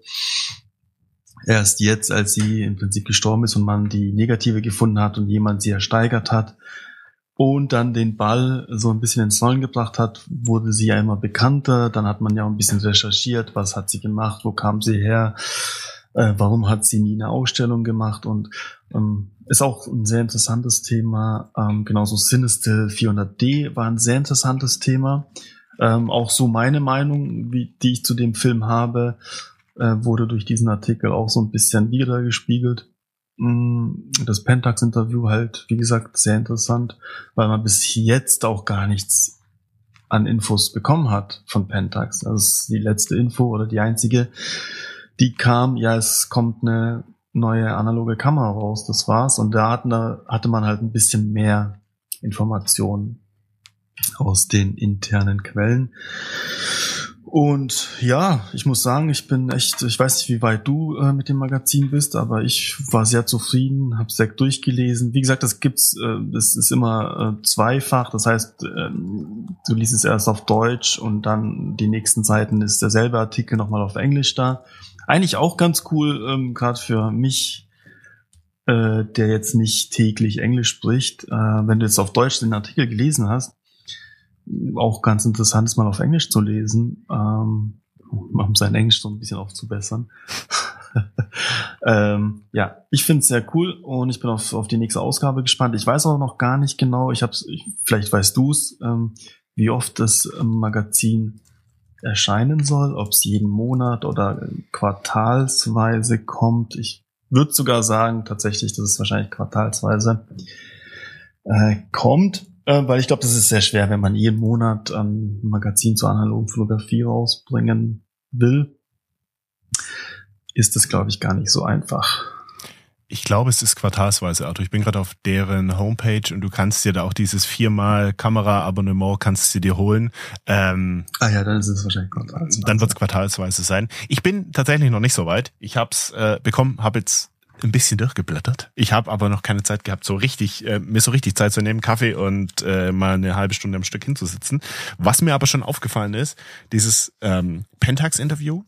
Erst jetzt, als sie im Prinzip gestorben ist und man die Negative gefunden hat und jemand sie ersteigert hat und dann den Ball so ein bisschen ins Rollen gebracht hat, wurde sie ja immer bekannter. Dann hat man ja auch ein bisschen recherchiert, was hat sie gemacht, wo kam sie her, äh, warum hat sie nie eine Ausstellung gemacht und ähm, ist auch ein sehr interessantes Thema. Ähm, genauso Cinestill vierhundert D war ein sehr interessantes Thema. Ähm, auch so meine Meinung, wie, die ich zu dem Film habe, wurde durch diesen Artikel auch so ein bisschen wiedergespiegelt. Das Pentax-Interview halt, wie gesagt, sehr interessant, weil man bis jetzt auch gar nichts an Infos bekommen hat von Pentax. Das ist die letzte Info oder die einzige, die kam, ja, es kommt eine neue analoge Kamera raus, das war's. Und da hatten, da hatte man halt ein bisschen mehr Informationen aus den internen Quellen. Und ja, ich muss sagen, ich bin echt, ich weiß nicht, wie weit du äh, mit dem Magazin bist, aber ich war sehr zufrieden, habe es sehr durchgelesen. Wie gesagt, das gibt's, äh, das ist immer äh, zweifach. Das heißt, äh, du liest es erst auf Deutsch und dann die nächsten Seiten ist derselbe Artikel nochmal auf Englisch da. Eigentlich auch ganz cool, ähm, gerade für mich, äh, der jetzt nicht täglich Englisch spricht. Äh, wenn du jetzt auf Deutsch den Artikel gelesen hast, auch ganz interessant ist mal auf Englisch zu lesen, ähm, um sein Englisch so ein bisschen aufzubessern. ähm, ja, ich finde es sehr cool und ich bin auf, auf die nächste Ausgabe gespannt. Ich weiß auch noch gar nicht genau, ich hab's, ich, vielleicht weißt du es, ähm, wie oft das Magazin erscheinen soll, ob es jeden Monat oder quartalsweise kommt. Ich würde sogar sagen, tatsächlich, dass es wahrscheinlich quartalsweise äh, kommt. Weil ich glaube, das ist sehr schwer, wenn man jeden Monat ein Magazin zur analogen Fotografie rausbringen will. Ist das, glaube ich, gar nicht so einfach. Ich glaube, es ist quartalsweise, Arthur. Ich bin gerade auf deren Homepage und du kannst dir da auch dieses viermal Kamera-Abonnement kannst du dir holen. Ähm, ah ja, dann ist es wahrscheinlich quartalsweise. Dann wird es quartalsweise sein. Ich bin tatsächlich noch nicht so weit. Ich habe es äh, bekommen, habe jetzt ein bisschen durchgeblättert. Ich habe aber noch keine Zeit gehabt, so richtig äh, mir so richtig Zeit zu nehmen, Kaffee und äh, mal eine halbe Stunde am Stück hinzusitzen. Was mir aber schon aufgefallen ist, dieses ähm, Pentax-Interview,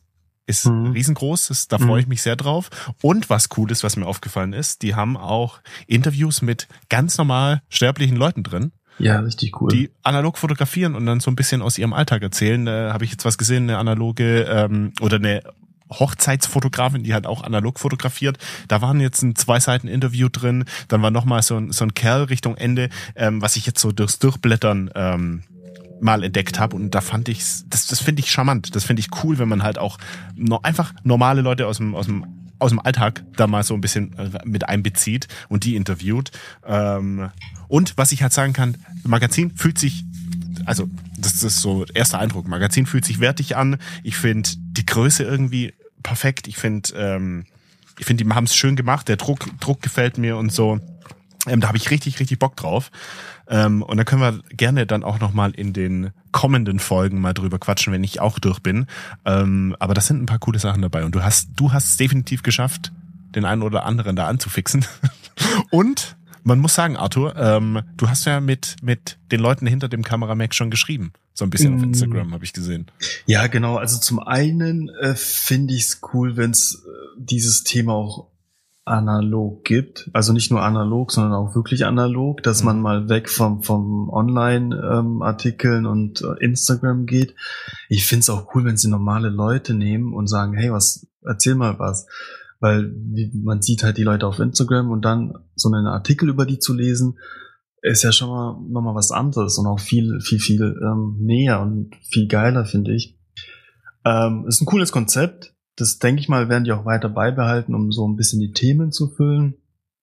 ist Mhm. riesengroß, das, da Mhm. freue ich mich sehr drauf. Und was cool ist, was mir aufgefallen ist, die haben auch Interviews mit ganz normal sterblichen Leuten drin, Ja, richtig cool. die analog fotografieren und dann so ein bisschen aus ihrem Alltag erzählen. Da habe ich jetzt was gesehen, eine analoge ähm, oder eine Hochzeitsfotografin, die halt auch analog fotografiert. Da waren jetzt ein zwei Seiten Interview drin, dann war nochmal so ein, so ein Kerl Richtung Ende, ähm, was ich jetzt so durchs Durchblättern ähm, mal entdeckt habe und da fand ich, das, das finde ich charmant, das finde ich cool, wenn man halt auch noch einfach normale Leute aus dem, aus dem aus dem Alltag da mal so ein bisschen mit einbezieht und die interviewt. Ähm, und was ich halt sagen kann, Magazin fühlt sich, also das ist so erster Eindruck, Magazin fühlt sich wertig an. Ich finde die Größe irgendwie perfekt. Ich finde, ähm, ich finde, die haben es schön gemacht. Der Druck, Druck gefällt mir und so. Ähm, da habe ich richtig, richtig Bock drauf. Ähm, und da können wir gerne dann auch nochmal in den kommenden Folgen mal drüber quatschen, wenn ich auch durch bin. Ähm, aber das sind ein paar coole Sachen dabei. Und du hast, du hast es definitiv geschafft, den einen oder anderen da anzufixen. Und man muss sagen, Arthur, ähm, du hast ja mit mit den Leuten hinter dem Kameramack schon geschrieben. So ein bisschen mm. auf Instagram habe ich gesehen. Ja, genau. Also zum einen äh, finde ich es cool, wenn es äh, dieses Thema auch analog gibt. Also nicht nur analog, sondern auch wirklich analog, dass mhm. man mal weg vom vom Online-Artikeln ähm, und äh, Instagram geht. Ich finde es auch cool, wenn sie normale Leute nehmen und sagen, hey, was, erzähl mal was. Weil man sieht halt die Leute auf Instagram und dann so einen Artikel über die zu lesen, ist ja schon mal nochmal was anderes und auch viel, viel, viel ähm, näher und viel geiler, finde ich. Ähm, ist ein cooles Konzept. Das, denke ich mal, werden die auch weiter beibehalten, um so ein bisschen die Themen zu füllen.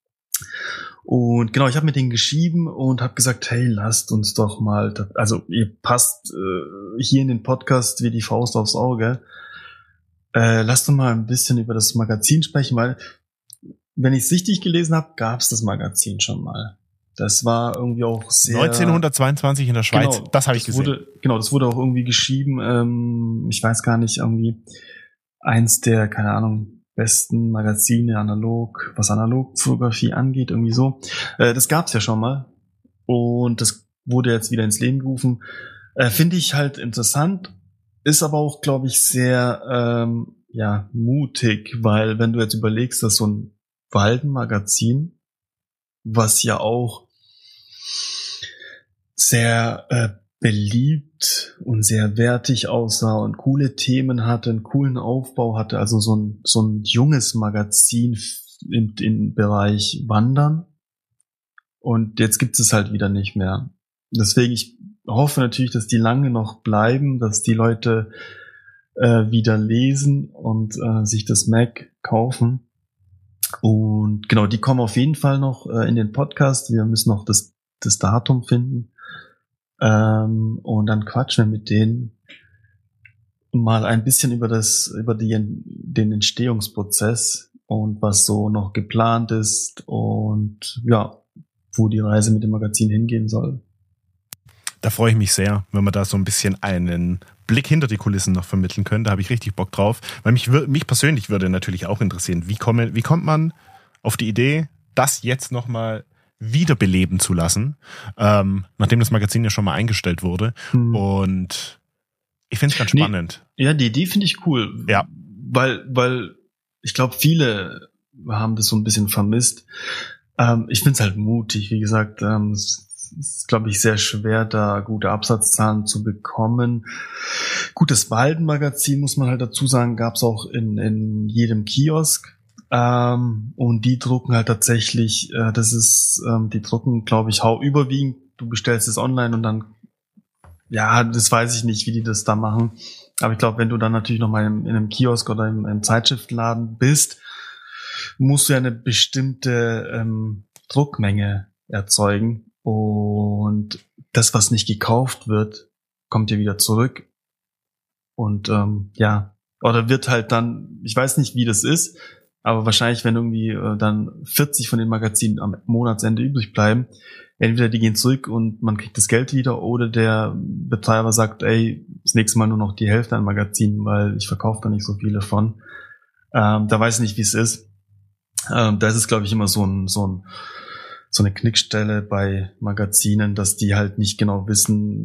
Und genau, ich habe mit denen geschrieben und habe gesagt, hey, lasst uns doch mal, also ihr passt äh, hier in den Podcast wie die Faust aufs Auge. Äh, lasst uns mal ein bisschen über das Magazin sprechen, weil, wenn ich es richtig gelesen habe, gab es das Magazin schon mal. Das war irgendwie auch sehr... neunzehnhundertzweiundzwanzig in der Schweiz, genau, das habe ich das gesehen. Wurde, genau, das wurde auch irgendwie geschrieben, ähm, ich weiß gar nicht, irgendwie eins der, keine Ahnung, besten Magazine analog, was Analogfotografie angeht, irgendwie so. Äh, das gab es ja schon mal und das wurde jetzt wieder ins Leben gerufen. Äh, finde ich halt interessant. Ist aber auch, glaube ich, sehr ähm, ja mutig, weil wenn du jetzt überlegst, dass so ein Walden-Magazin, was ja auch sehr äh, beliebt und sehr wertig aussah und coole Themen hatte, einen coolen Aufbau hatte, also so ein so ein junges Magazin im, im Bereich Wandern. Und jetzt gibt es halt wieder nicht mehr. Deswegen, ich hoffe natürlich, dass die lange noch bleiben, dass die Leute äh, wieder lesen und äh, sich das Mac kaufen. Und genau, die kommen auf jeden Fall noch äh, in den Podcast. Wir müssen noch das, das Datum finden. Ähm, und dann quatschen wir mit denen mal ein bisschen über das, über die, den Entstehungsprozess und was so noch geplant ist und ja, wo die Reise mit dem Magazin hingehen soll. Da freue ich mich sehr, wenn wir da so ein bisschen einen Blick hinter die Kulissen noch vermitteln können. Da habe ich richtig Bock drauf. Weil mich, mich persönlich würde natürlich auch interessieren, wie, komme, wie kommt man auf die Idee, das jetzt nochmal wiederbeleben zu lassen, ähm, nachdem das Magazin ja schon mal eingestellt wurde. Hm. Und ich finde es ganz spannend. Nee, ja, die Idee finde ich cool. Ja. Weil, weil ich glaube, viele haben das so ein bisschen vermisst. Ähm, ich finde es halt mutig. Wie gesagt, ähm, es ist, glaube ich, sehr schwer, da gute Absatzzahlen zu bekommen. Gut, das Walden-Magazin, muss man halt dazu sagen, gab es auch in, in jedem Kiosk. Ähm, und die drucken halt tatsächlich, äh, das ist, ähm, die drucken, glaube ich, hau überwiegend. Du bestellst es online und dann, ja, das weiß ich nicht, wie die das da machen. Aber ich glaube, wenn du dann natürlich noch mal in, in einem Kiosk oder in einem Zeitschriftenladen bist, musst du ja eine bestimmte ähm, Druckmenge erzeugen. Und das, was nicht gekauft wird, kommt dir wieder zurück. Und ähm, ja, oder wird halt dann, ich weiß nicht, wie das ist, aber wahrscheinlich, wenn irgendwie äh, dann vierzig von den Magazinen am Monatsende übrig bleiben, entweder die gehen zurück und man kriegt das Geld wieder, oder der Betreiber sagt, ey, das nächste Mal nur noch die Hälfte an Magazinen, weil ich verkaufe da nicht so viele von. Ähm, da weiß ich nicht, wie es ist. Ähm, da ist es, glaube ich, immer so ein, so ein so eine Knickstelle bei Magazinen, dass die halt nicht genau wissen,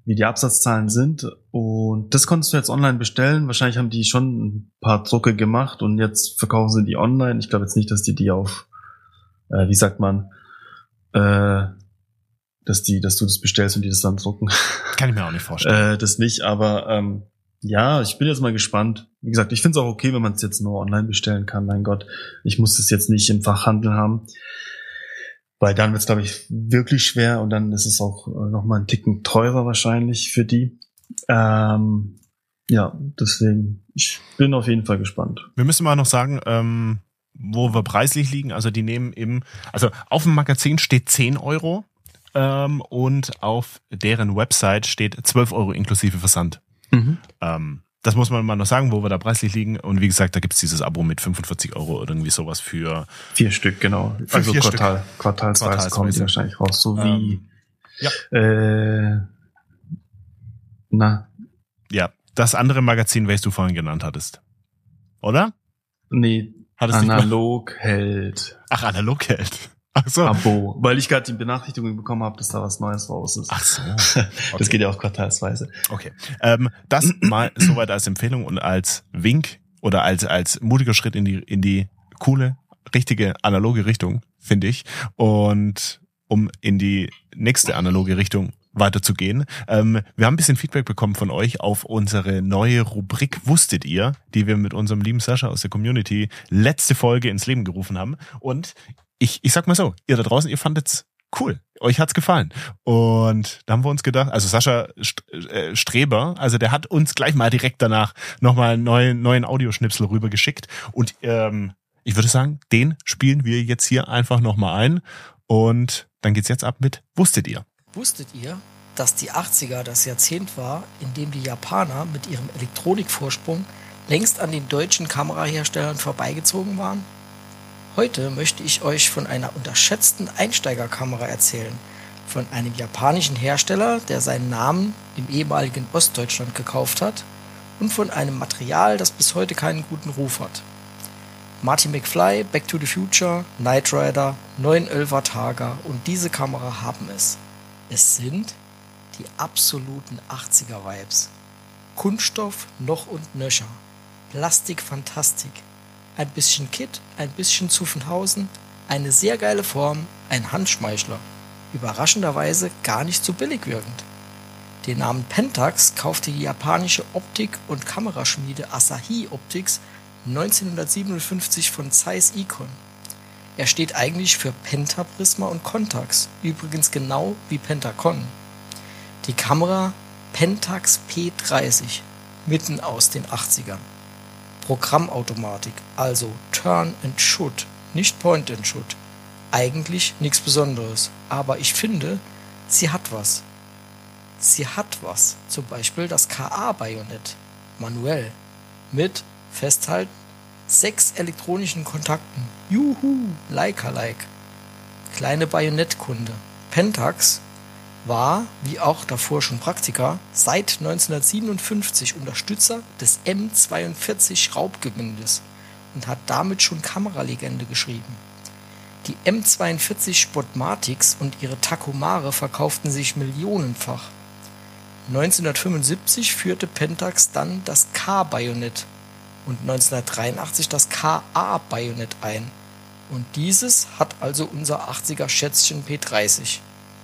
wie die Absatzzahlen sind. Und das konntest du jetzt online bestellen. Wahrscheinlich haben die schon ein paar Drucke gemacht und jetzt verkaufen sie die online. Ich glaube jetzt nicht, dass die die auf, äh, wie sagt man, äh, dass die, dass du das bestellst und die das dann drucken. Kann ich mir auch nicht vorstellen. äh, das nicht, aber ähm, ja, ich bin jetzt mal gespannt. Wie gesagt, ich finde es auch okay, wenn man es jetzt nur online bestellen kann. Mein Gott, ich muss es jetzt nicht im Fachhandel haben. Weil dann wird es, glaube ich, wirklich schwer und dann ist es auch noch mal einen Ticken teurer wahrscheinlich für die. Ähm, ja, deswegen, ich bin auf jeden Fall gespannt. Wir müssen mal noch sagen, ähm, wo wir preislich liegen. Also die nehmen im, also auf dem Magazin steht zehn Euro ähm, und auf deren Website steht zwölf Euro inklusive Versand. Mhm. Ähm, Das muss man mal noch sagen, wo wir da preislich liegen. Und wie gesagt, da gibt's dieses Abo mit fünfundvierzig Euro oder irgendwie sowas für... Vier Stück, genau. Also vier Quartal, Stück. quartalsweise Quartalsweise. kommen die wahrscheinlich raus. So wie... Ähm, ja. Äh, na. Ja, das andere Magazin, welches du vorhin genannt hattest. Oder? Nee, Hattest Analog-Held. Ach, Analog-Held. Ach so. Abo, weil ich gerade die Benachrichtigung bekommen habe, dass da was Neues raus ist. Ach so. Okay. Das geht ja auch quartalsweise. Okay. Ähm, das mal soweit als Empfehlung und als Wink oder als als mutiger Schritt in die in die coole, richtige analoge Richtung, finde ich. Und um in die nächste analoge Richtung weiterzugehen. Ähm, wir haben ein bisschen Feedback bekommen von euch auf unsere neue Rubrik Wusstet ihr, die wir mit unserem lieben Sascha aus der Community letzte Folge ins Leben gerufen haben. Und ich, ich sag mal so, ihr da draußen, ihr fandet's cool. Euch hat's gefallen. Und da haben wir uns gedacht, also Sascha Streber, also der hat uns gleich mal direkt danach nochmal einen neuen, neuen Audioschnipsel rübergeschickt. Und ähm, ich würde sagen, den spielen wir jetzt hier einfach nochmal ein. Und dann geht's jetzt ab mit Wusstet ihr? Wusstet ihr, dass die achtziger das Jahrzehnt war, in dem die Japaner mit ihrem Elektronikvorsprung längst an den deutschen Kameraherstellern vorbeigezogen waren? Heute möchte ich euch von einer unterschätzten Einsteigerkamera erzählen, von einem japanischen Hersteller, der seinen Namen im ehemaligen Ostdeutschland gekauft hat, und von einem Material, das bis heute keinen guten Ruf hat. Marty McFly, Back to the Future, Knight Rider, neun elfer Targa und diese Kamera haben es. Es sind die absoluten achtziger-Vibes. Kunststoff noch und nöcher. Plastikfantastik. Ein bisschen Kit, ein bisschen Zuffenhausen, eine sehr geile Form, ein Handschmeichler. Überraschenderweise gar nicht so billig wirkend. Den Namen Pentax kaufte die japanische Optik- und Kameraschmiede Asahi Optics neunzehnhundertsiebenundfünfzig von Zeiss Ikon. Er steht eigentlich für Pentaprisma und Contax, übrigens genau wie Pentacon. Die Kamera Pentax P dreißig, mitten aus den achtzigern. Programmautomatik, also Turn and Shoot, nicht Point and Shoot. Eigentlich nichts Besonderes, aber ich finde, sie hat was. Sie hat was, zum Beispiel das K A-Bajonett, manuell, mit, festhalten, sechs elektronischen Kontakten. Juhu, Leica-like. Kleine Bajonettkunde. Pentax war, wie auch davor schon Praktika, seit neunzehnhundertsiebenundfünfzig Unterstützer des M zweiundvierzig Schraubgewindes und hat damit schon Kameralegende geschrieben. Die M zweiundvierzig Spotmatics und ihre Takomare verkauften sich millionenfach. neunzehnhundertfünfundsiebzig führte Pentax dann das K-Bajonett und neunzehnhundertdreiundachtzig das K A-Bajonett ein. Und dieses hat also unser achtziger Schätzchen P dreißig.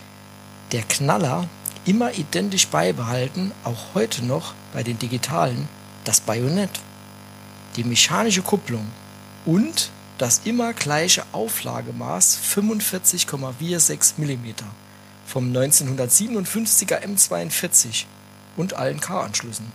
Der Knaller, immer identisch beibehalten, auch heute noch bei den digitalen, das Bajonett, die mechanische Kupplung und das immer gleiche Auflagemaß fünfundvierzig Komma sechsundvierzig Millimeter vom neunzehnhundertsiebenundfünfziger M zweiundvierzig und allen K-Anschlüssen.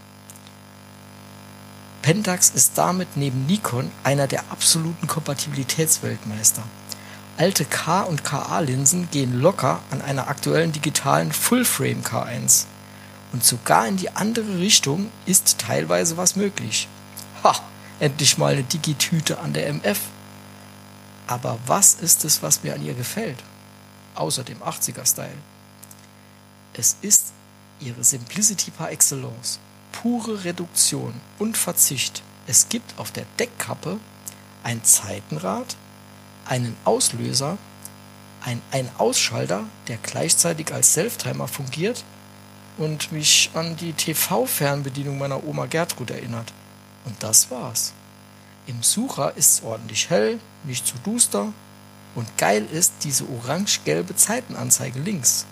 Pentax ist damit neben Nikon einer der absoluten Kompatibilitätsweltmeister. Alte K- und K A-Linsen gehen locker an einer aktuellen digitalen Full-Frame K eins. Und sogar in die andere Richtung ist teilweise was möglich. Ha, endlich mal eine Digitüte an der M F. Aber was ist es, was mir an ihr gefällt? Außer dem achtziger-Style. Es ist ihre Simplicity par excellence. Pure Reduktion und Verzicht. Es gibt auf der Deckkappe ein Zeitenrad, einen Auslöser, ein, einen Ausschalter, der gleichzeitig als Selftimer fungiert, und mich an die T V-Fernbedienung meiner Oma Gertrud erinnert. Und das war's. Im Sucher ist's ordentlich hell, nicht zu duster und geil ist diese orange-gelbe Zeitenanzeige links.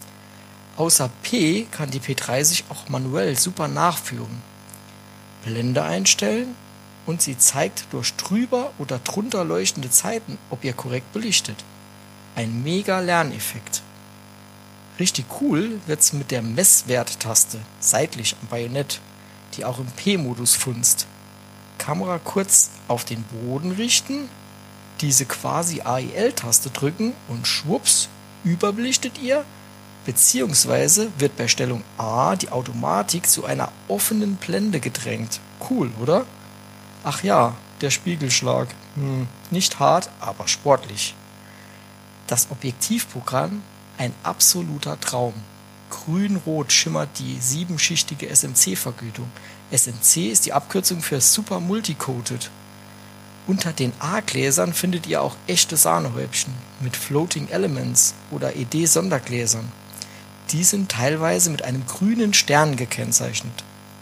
Außer P kann die P dreißig auch manuell super nachführen. Blende einstellen und sie zeigt durch drüber oder drunter leuchtende Zeiten, ob ihr korrekt belichtet. Ein mega Lerneffekt. Richtig cool wird's mit der Messwerttaste seitlich am Bajonett, die auch im P-Modus funzt. Kamera kurz auf den Boden richten, diese quasi A I L-Taste drücken und schwupps, überbelichtet ihr, beziehungsweise wird bei Stellung A die Automatik zu einer offenen Blende gedrängt. Cool, oder? Ach ja, der Spiegelschlag. Hm, nicht hart, aber sportlich. Das Objektivprogramm ein absoluter Traum. Grün-rot schimmert die siebenschichtige S M C-Vergütung. S M C ist die Abkürzung für Super Multicoated. Unter den A-Gläsern findet ihr auch echte Sahnehäubchen mit Floating Elements oder E D-Sondergläsern. Die sind teilweise mit einem grünen Stern gekennzeichnet.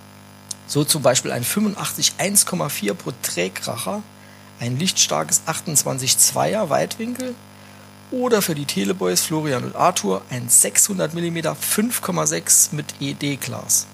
So zum Beispiel ein fünfundachtzig eins Komma vier Porträtkracher, ein lichtstarkes achtundzwanzig Zweier Weitwinkel oder für die Teleboys Florian und Arthur ein sechshundert Millimeter fünf Komma sechs mit E D-Glas.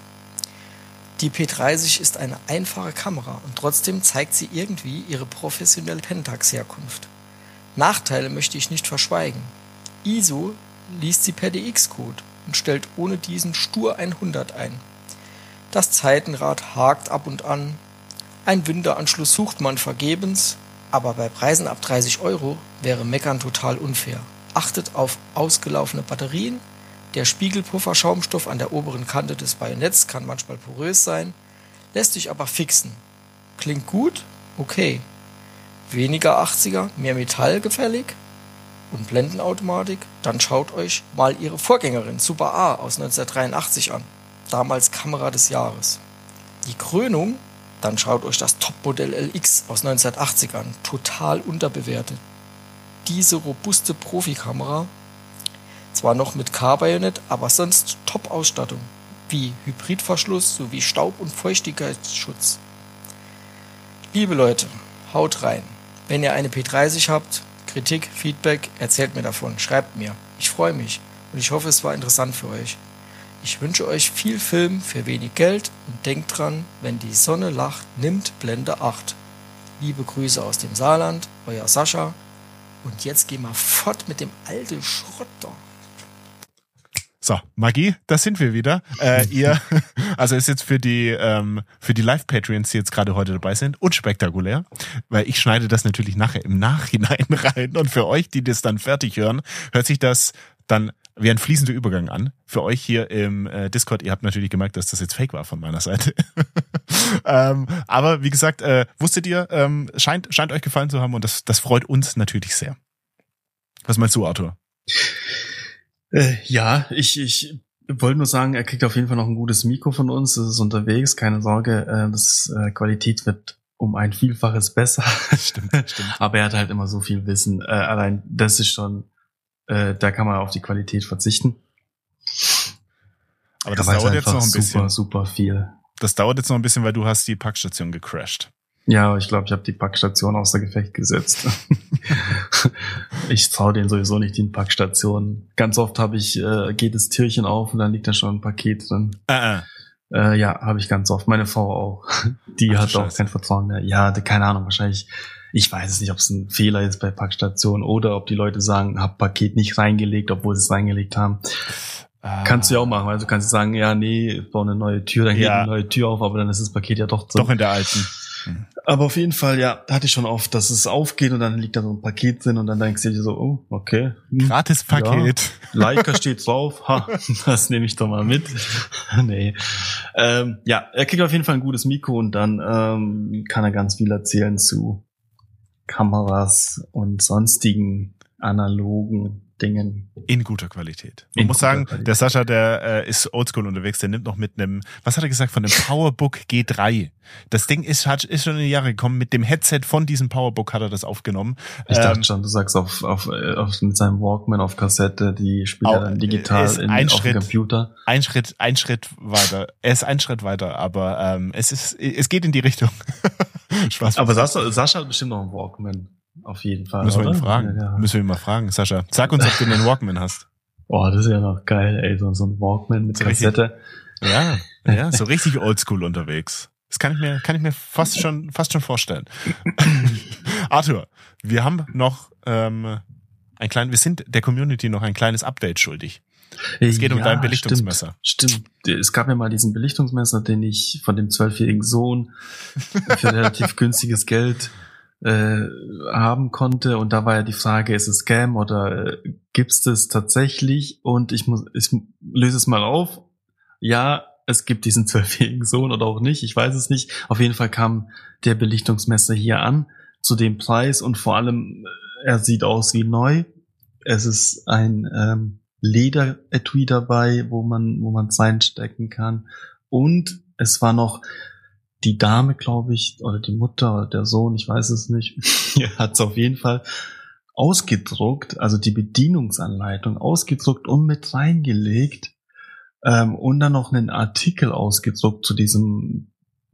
Die P dreißig ist eine einfache Kamera und trotzdem zeigt sie irgendwie ihre professionelle Pentax-Herkunft. Nachteile möchte ich nicht verschweigen. I S O liest sie per D X-Code und stellt ohne diesen stur hundert ein. Das Zeitenrad hakt ab und an. Ein Winderanschluss sucht man vergebens, aber bei Preisen ab dreißig Euro wäre Meckern total unfair. Achtet auf ausgelaufene Batterien. Der Spiegelpuffer-Schaumstoff an der oberen Kante des Bajonetts kann manchmal porös sein, lässt sich aber fixen. Klingt gut? Okay. Weniger achtziger, mehr Metall gefällig und Blendenautomatik? Dann schaut euch mal ihre Vorgängerin Super A aus neunzehnhundertdreiundachtzig an. Damals Kamera des Jahres. Die Krönung? Dann schaut euch das Topmodell L X aus neunzehnhundertachtzig an. Total unterbewertet. Diese robuste Profikamera, zwar noch mit K-Bajonett, aber sonst Top-Ausstattung, wie Hybridverschluss sowie Staub- und Feuchtigkeitsschutz. Liebe Leute, haut rein. Wenn ihr eine P dreißig habt, Kritik, Feedback, erzählt mir davon, schreibt mir. Ich freue mich und ich hoffe, es war interessant für euch. Ich wünsche euch viel Film für wenig Geld und denkt dran, wenn die Sonne lacht, nimmt Blende acht. Liebe Grüße aus dem Saarland, euer Sascha. Und jetzt gehen wir fort mit dem alten Schrott da. So, Magie, da sind wir wieder. Äh, ihr, also ist jetzt für die ähm, für die Live-Patreons, die jetzt gerade heute dabei sind, unspektakulär, weil ich schneide das natürlich nachher im Nachhinein rein und für euch, die das dann fertig hören, hört sich das dann wie ein fließender Übergang an. Für euch hier im äh, Discord, ihr habt natürlich gemerkt, dass das jetzt Fake war von meiner Seite. ähm, aber wie gesagt, äh, wusstet ihr, ähm, scheint scheint euch gefallen zu haben und das das freut uns natürlich sehr. Was meinst du, Arthur? Äh, ja, ich ich wollte nur sagen, er kriegt auf jeden Fall noch ein gutes Mikro von uns. Das ist unterwegs, keine Sorge. Äh, das äh, Qualität wird um ein Vielfaches besser. Stimmt, stimmt. Aber er hat halt immer so viel Wissen. Äh, allein das ist schon, äh, da kann man auf die Qualität verzichten. Aber das dauert jetzt noch ein bisschen. Super, super viel. Das dauert jetzt noch ein bisschen, weil du hast die Packstation gecrashed. Ja, ich glaube, ich habe die Packstation außer Gefecht gesetzt. Ich traue denen sowieso nicht, die Packstation. Ganz oft habe ich, äh, geht das Türchen auf und dann liegt da schon ein Paket drin. Äh, äh. Äh, ja, habe ich ganz oft. Meine Frau auch. Die Ach, hat auch Scheiße. kein Vertrauen mehr. Ja, keine Ahnung, wahrscheinlich. Ich weiß es nicht, ob es ein Fehler ist bei Packstationen oder ob die Leute sagen, hab Paket nicht reingelegt, obwohl sie es reingelegt haben. Ah. Kannst du ja auch machen. Also kannst du sagen, ja, nee, bau eine neue Tür, dann geht Ja. eine neue Tür auf, aber dann ist das Paket ja doch drin. Doch in der alten. Hm. Aber auf jeden Fall, ja, hatte ich schon oft, dass es aufgeht und dann liegt da so ein Paket drin und dann denkst du dir so, oh, okay. Hm, Gratis-Paket. ja, Leica steht drauf, ha, das nehme ich doch mal mit. Nee. Ähm, ja, er kriegt auf jeden Fall ein gutes Mikro und dann ähm, kann er ganz viel erzählen zu Kameras und sonstigen analogen Dingen. In guter Qualität. Man In muss guter sagen, Qualität. der Sascha, der äh, ist oldschool unterwegs, der nimmt noch mit einem, was hat er gesagt, von dem PowerBook G drei. Das Ding ist, hat, ist schon in die Jahre gekommen. Mit dem Headset von diesem PowerBook hat er das aufgenommen. Ich ähm, dachte schon, du sagst auf, auf, auf mit seinem Walkman auf Kassette, die spielt er dann digital ist in, ein auf Schritt, dem Computer. Ein Schritt, ein Schritt weiter. Er ist ein Schritt weiter, aber ähm, es ist, es geht in die Richtung. Spaß. Aber Sascha, Sascha hat bestimmt noch einen Walkman. Auf jeden Fall. Müssen wir oder? ihn fragen. Ja, ja. Müssen wir ihn mal fragen, Sascha. Sag uns, ob du den Walkman hast. Boah, das ist ja noch geil, ey, so, so ein Walkman mit So richtig- Kassette. Ja, ja, so richtig oldschool unterwegs. Das kann ich mir, kann ich mir fast schon, fast schon vorstellen. Arthur, wir haben noch ähm, ein klein, wir sind der Community noch ein kleines Update schuldig. Es geht um dein Belichtungsmesser. Stimmt, stimmt. Es gab ja mal diesen Belichtungsmesser, den ich von dem zwölfjährigen Sohn für relativ günstiges Geld äh, haben konnte. Und da war ja die Frage, ist es Scam oder äh, gibt's das tatsächlich? Und ich muss, ich löse es mal auf. Ja, es gibt diesen zwölfjährigen Sohn oder auch nicht. Ich weiß es nicht. Auf jeden Fall kam der Belichtungsmesser hier an zu dem Preis und vor allem, er sieht aus wie neu. Es ist ein ähm, Leder-Etui dabei, wo man, wo man reinstecken kann. Und es war noch die Dame, glaube ich, oder die Mutter oder der Sohn, ich weiß es nicht, hat es auf jeden Fall ausgedruckt, also die Bedienungsanleitung ausgedruckt und mit reingelegt. Ähm, und dann noch einen Artikel ausgedruckt zu diesem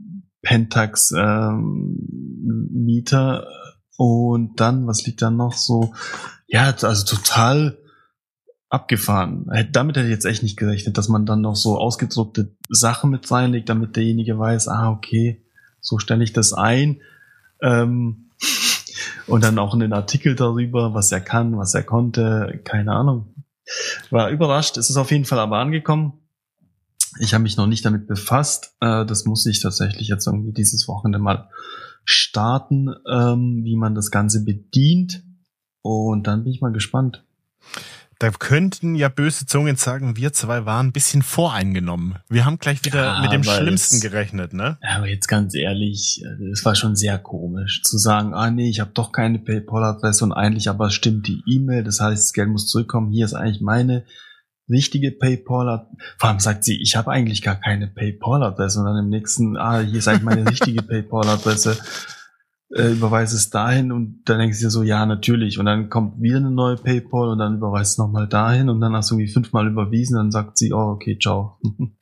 Pentax ähm, Mieter. Und dann, was liegt da noch so? Ja, also total abgefahren. Damit hätte ich jetzt echt nicht gerechnet, dass man dann noch so ausgedruckte Sachen mit reinlegt, damit derjenige weiß, ah, okay, so stelle ich das ein. Ähm, und dann auch einen Artikel darüber, was er kann, was er konnte, keine Ahnung. War überrascht, es ist auf jeden Fall aber angekommen. Ich habe mich noch nicht damit befasst. Äh, das muss ich tatsächlich jetzt irgendwie dieses Wochenende mal starten, ähm, wie man das Ganze bedient. Und dann bin ich mal gespannt. Da könnten ja böse Zungen sagen, wir zwei waren ein bisschen voreingenommen. Wir haben gleich wieder Ja, mit dem aber Schlimmsten jetzt- gerechnet, ne? Ja, aber jetzt ganz ehrlich, es war schon sehr komisch zu sagen, ah nee, ich habe doch keine PayPal-Adresse und eigentlich aber stimmt die E-Mail, das heißt, das Geld muss zurückkommen, hier ist eigentlich meine richtige PayPal-Adresse. Vor allem sagt sie, ich habe eigentlich gar keine PayPal-Adresse und dann im nächsten, ah, hier ist eigentlich meine richtige PayPal-Adresse. Äh, überweise es dahin und dann denkst du dir so, ja, natürlich. Und dann kommt wieder eine neue PayPal und dann überweist es nochmal dahin und dann hast du irgendwie fünfmal überwiesen, dann sagt sie, oh, okay, ciao.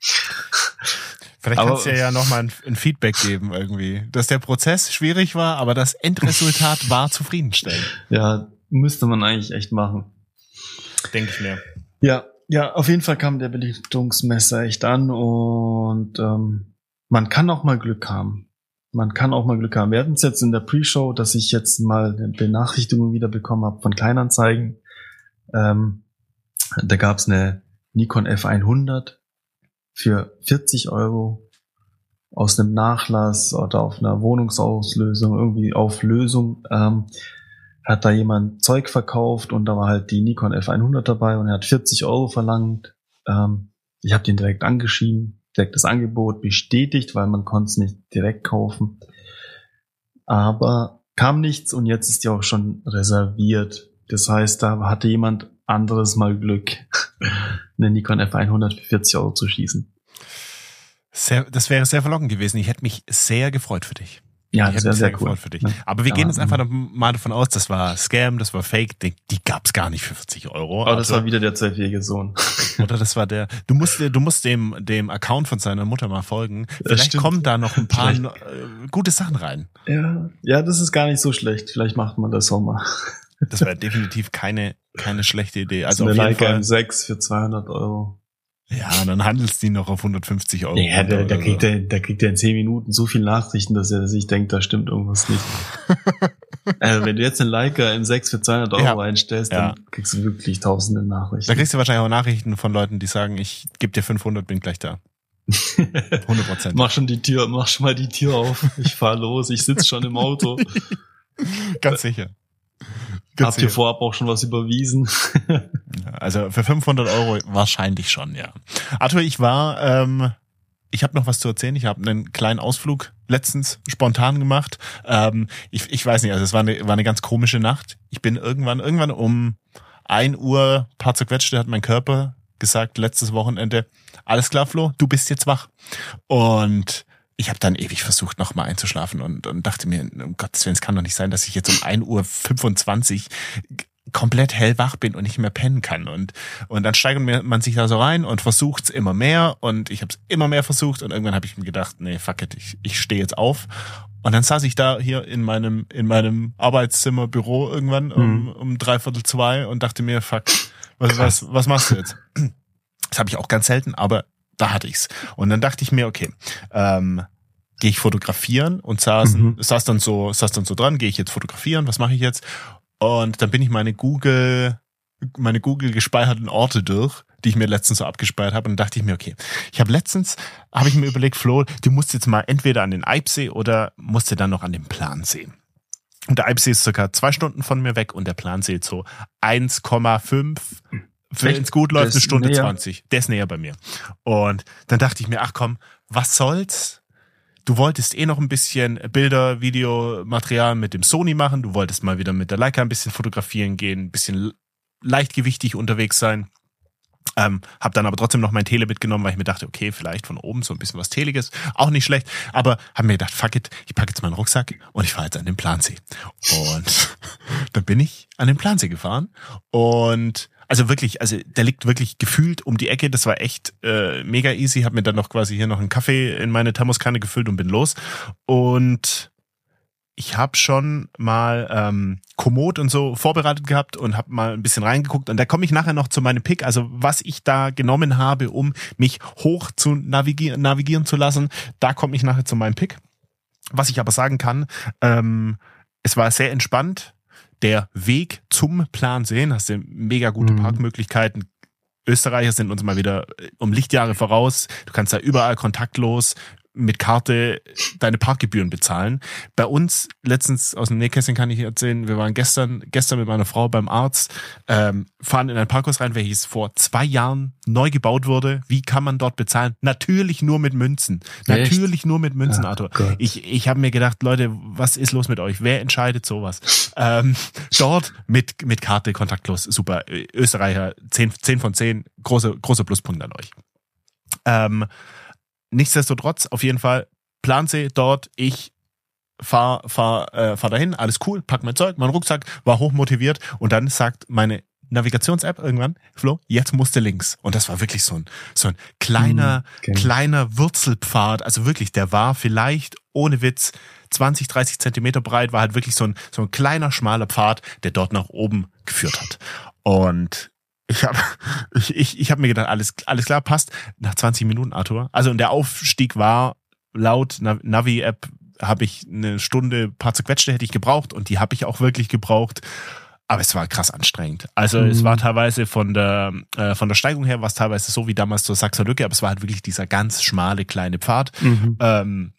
Vielleicht Aber- kannst du ja nochmal ein, ein Feedback geben irgendwie, dass der Prozess schwierig war, aber das Endresultat war zufriedenstellend, Ja, müsste man eigentlich echt machen. denke ich mir. Ja, ja, auf jeden Fall kam der Belichtungsmesser echt an und ähm, man kann auch mal Glück haben. Man kann auch mal Glück haben. Wir hatten es jetzt in der Pre-Show, dass ich jetzt mal eine Benachrichtigung wieder bekommen habe von Kleinanzeigen. Ähm, da gab es eine Nikon F hundert für vierzig Euro aus einem Nachlass oder auf einer Wohnungsauslösung, irgendwie Auflösung. Ähm, hat da jemand Zeug verkauft und da war halt die Nikon F hundert dabei und er hat vierzig Euro verlangt. Ähm, ich habe den direkt angeschrieben, direkt das Angebot bestätigt, weil man konnte es nicht direkt kaufen. Aber kam nichts und jetzt ist die auch schon reserviert. Das heißt, da hatte jemand anderes mal Glück, eine Nikon F hundert für vierzig Euro zu schießen. Sehr, das wäre sehr verlockend gewesen. Ich hätte mich sehr gefreut für dich. Ja, ich das hätte wäre mich sehr, sehr cool. gefreut für dich. Ja. Aber wir gehen Ja, jetzt einfach mal davon aus, das war Scam, das war Fake, die, die gab's gar nicht für vierzig Euro. Aber das Also- war wieder der zwölfjährige Sohn. Oder das war der. Du musst, du musst dem, dem Account von seiner Mutter mal folgen. Vielleicht stimmt. kommen da noch ein paar Vielleicht. äh, gute Sachen rein. Ja, ja, das ist gar nicht so schlecht. Vielleicht macht man das auch mal. Das wäre definitiv keine, keine schlechte Idee. Also eine auf jeden Leica Fall. M sechs für zweihundert Euro. Ja, dann handelst die noch auf hundertfünfzig Euro. Ja, da, da, oder kriegt so. er, da kriegt er in zehn Minuten so viel Nachrichten, dass er sich denkt, da stimmt irgendwas nicht. Also wenn du jetzt eine Leica M sechs für zweihundert Euro Ja. einstellst, Ja. dann kriegst du wirklich tausende Nachrichten. Da kriegst du wahrscheinlich auch Nachrichten von Leuten, die sagen, ich gebe dir fünfhundert, bin gleich da. hundert Prozent. Mach schon die Tür, mach schon mal die Tür auf. Ich fahr los, ich sitze schon im Auto. Ganz sicher. Ganz Habt ihr sicher. vorab auch schon was überwiesen? Also für fünfhundert Euro wahrscheinlich schon, ja. Arthur, ich war, ähm, ich habe noch was zu erzählen. Ich habe einen kleinen Ausflug letztens spontan gemacht. Ähm, ich, ich weiß nicht, also es war eine, war eine ganz komische Nacht. Ich bin irgendwann, irgendwann um ein Uhr, paar zerquetschte, hat mein Körper gesagt, letztes Wochenende, alles klar, Flo, du bist jetzt wach. Und ich habe dann ewig versucht, nochmal einzuschlafen und, und dachte mir, um Gottes Willen, es kann doch nicht sein, dass ich jetzt um ein Uhr fünfundzwanzig komplett hellwach bin und nicht mehr pennen kann. Und und dann steigert man sich da so rein und versucht es immer mehr und ich habe es immer mehr versucht und irgendwann habe ich mir gedacht, nee, fuck it, ich, ich stehe jetzt auf. Und dann saß ich da hier in meinem in meinem Arbeitszimmer, Büro irgendwann um, mhm. um dreiviertel zwei und dachte mir, fuck, was, was, was machst du jetzt? Das habe ich auch ganz selten, aber da hatte ich's. Und dann dachte ich mir, okay, ähm, gehe ich fotografieren und saß, mhm. saß dann so, saß dann so dran, gehe ich jetzt fotografieren, was mache ich jetzt? Und dann bin ich meine Google, meine Google gespeicherten Orte durch, die ich mir letztens so abgespeichert habe, und dachte ich mir, okay, ich habe letztens, habe ich mir überlegt, Flo, du musst jetzt mal entweder an den Eibsee oder musst du dann noch an den Plansee. Und der Eibsee ist circa zwei Stunden von mir weg und der Plansee ist so eins Komma fünf. Wenn es gut läuft, eine Stunde näher. zwanzig. Der ist näher bei mir. Und dann dachte ich mir, ach komm, was soll's? Du wolltest eh noch ein bisschen Bilder, Videomaterial mit dem Sony machen. Du wolltest mal wieder mit der Leica ein bisschen fotografieren gehen, ein bisschen leichtgewichtig unterwegs sein. Ähm, hab dann aber trotzdem noch mein Tele mitgenommen, weil ich mir dachte, okay, vielleicht von oben so ein bisschen was Teliges, auch nicht schlecht. Aber hab mir gedacht, fuck it, ich packe jetzt meinen Rucksack und ich fahre jetzt an den Plansee. Und dann bin ich an den Plansee gefahren und also wirklich, also der liegt wirklich gefühlt um die Ecke. Das war echt äh, mega easy. Hab mir dann noch quasi hier noch einen Kaffee in meine Thermoskanne gefüllt und bin los. Und ich habe schon mal ähm, Komoot und so vorbereitet gehabt und habe mal ein bisschen reingeguckt. Und da komme ich nachher noch zu meinem Pick. Also was ich da genommen habe, um mich hoch zu navigieren, navigieren zu lassen, da komme ich nachher zu meinem Pick. Was ich aber sagen kann, ähm, es war sehr entspannt. Der Weg zum Plansee, hast du mega gute mhm. Parkmöglichkeiten. Österreicher sind uns mal wieder um Lichtjahre voraus. Du kannst da überall kontaktlos mit Karte deine Parkgebühren bezahlen. Bei uns, letztens aus dem Nähkästchen kann ich erzählen, wir waren gestern gestern mit meiner Frau beim Arzt, ähm, fahren in ein Parkhaus rein, welches vor zwei Jahren neu gebaut wurde. Wie kann man dort bezahlen? Natürlich nur mit Münzen. Echt? Natürlich nur mit Münzen, Ach, Arthur. Gott. Ich ich habe mir gedacht, Leute, was ist los mit euch? Wer entscheidet sowas? Ähm, dort mit mit Karte, kontaktlos, super. Österreicher, zehn von zehn, große, große Pluspunkte an euch. Ähm, Nichtsdestotrotz, auf jeden Fall, Plansee dort, ich fahr, fahr, äh, fahr dahin, alles cool, pack mein Zeug, mein Rucksack, war hochmotiviert und dann sagt meine Navigations-App irgendwann, Flo, jetzt musst du links. Und das war wirklich so ein, so ein kleiner, okay. kleiner Wurzelpfad, also wirklich, der war vielleicht, ohne Witz, zwanzig, dreißig Zentimeter breit, war halt wirklich so ein, so ein kleiner, schmaler Pfad, der dort nach oben geführt hat. Und Ich habe ich, ich, ich hab mir gedacht, alles alles klar, passt. Nach zwanzig Minuten, Arthur. Also und der Aufstieg war, laut Navi-App habe ich eine Stunde, paar zerquetschte hätte ich gebraucht und die habe ich auch wirklich gebraucht. Aber es war krass anstrengend. Also mhm. es war teilweise von der äh, von der Steigung her, war es teilweise so wie damals zur Sachser Lücke, aber es war halt wirklich dieser ganz schmale kleine Pfad. Mhm. Ähm,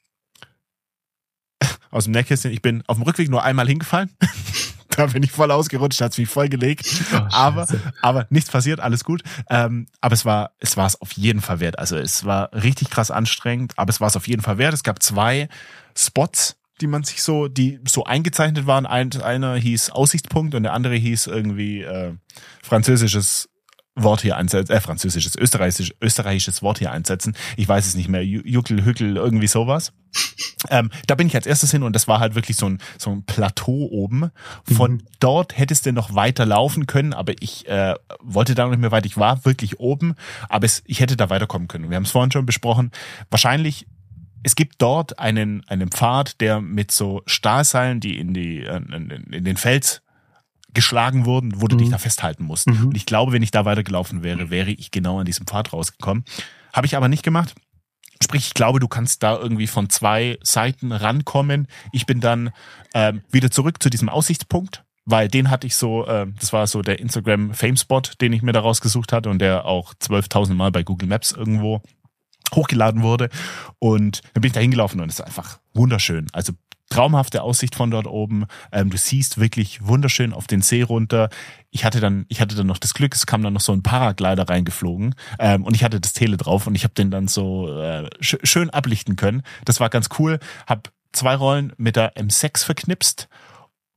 aus dem Nähkästchen, ich bin auf dem Rückweg nur einmal hingefallen. Da bin ich voll ausgerutscht, hat's mich voll gelegt. Oh, aber, aber nichts passiert, alles gut. Ähm, aber es war, es war es auf jeden Fall wert. Also es war richtig krass anstrengend, aber es war es auf jeden Fall wert. Es gab zwei Spots, die man sich so, die so eingezeichnet waren. Ein, einer hieß Aussichtspunkt und der andere hieß irgendwie äh, französisches Wort hier einsetzen, äh, französisches, österreichisches, österreichisches Wort hier einsetzen. Ich weiß es nicht mehr. Juckel, Hückel, irgendwie sowas. Ähm, da bin ich als erstes hin und das war halt wirklich so ein so ein Plateau oben. Von mhm. dort hättest du noch weiter laufen können, aber ich äh, wollte da noch nicht mehr weiter. Ich war wirklich oben, aber es, ich hätte da weiterkommen können. Wir haben es vorhin schon besprochen. Wahrscheinlich, es gibt dort einen einen Pfad, der mit so Stahlseilen, die in die in, in den Fels geschlagen wurden, wo du mhm. dich da festhalten musst. Mhm. Und ich glaube, wenn ich da weitergelaufen wäre, wäre ich genau an diesem Pfad rausgekommen. Habe ich aber nicht gemacht. Sprich, ich glaube, du kannst da irgendwie von zwei Seiten rankommen. Ich bin dann ähm, wieder zurück zu diesem Aussichtspunkt, weil den hatte ich so, äh, das war so der Instagram-Fame-Spot, den ich mir da rausgesucht hatte und der auch zwölftausend Mal bei Google Maps irgendwo hochgeladen wurde. Und dann bin ich da hingelaufen und es ist einfach wunderschön. Also traumhafte Aussicht von dort oben. Ähm, du siehst wirklich wunderschön auf den See runter. Ich hatte dann, ich hatte dann noch das Glück, es kam dann noch so ein Paraglider reingeflogen ähm, und ich hatte das Tele drauf und ich habe den dann so äh, sch- schön ablichten können. Das war ganz cool. Hab zwei Rollen mit der M sechs verknipst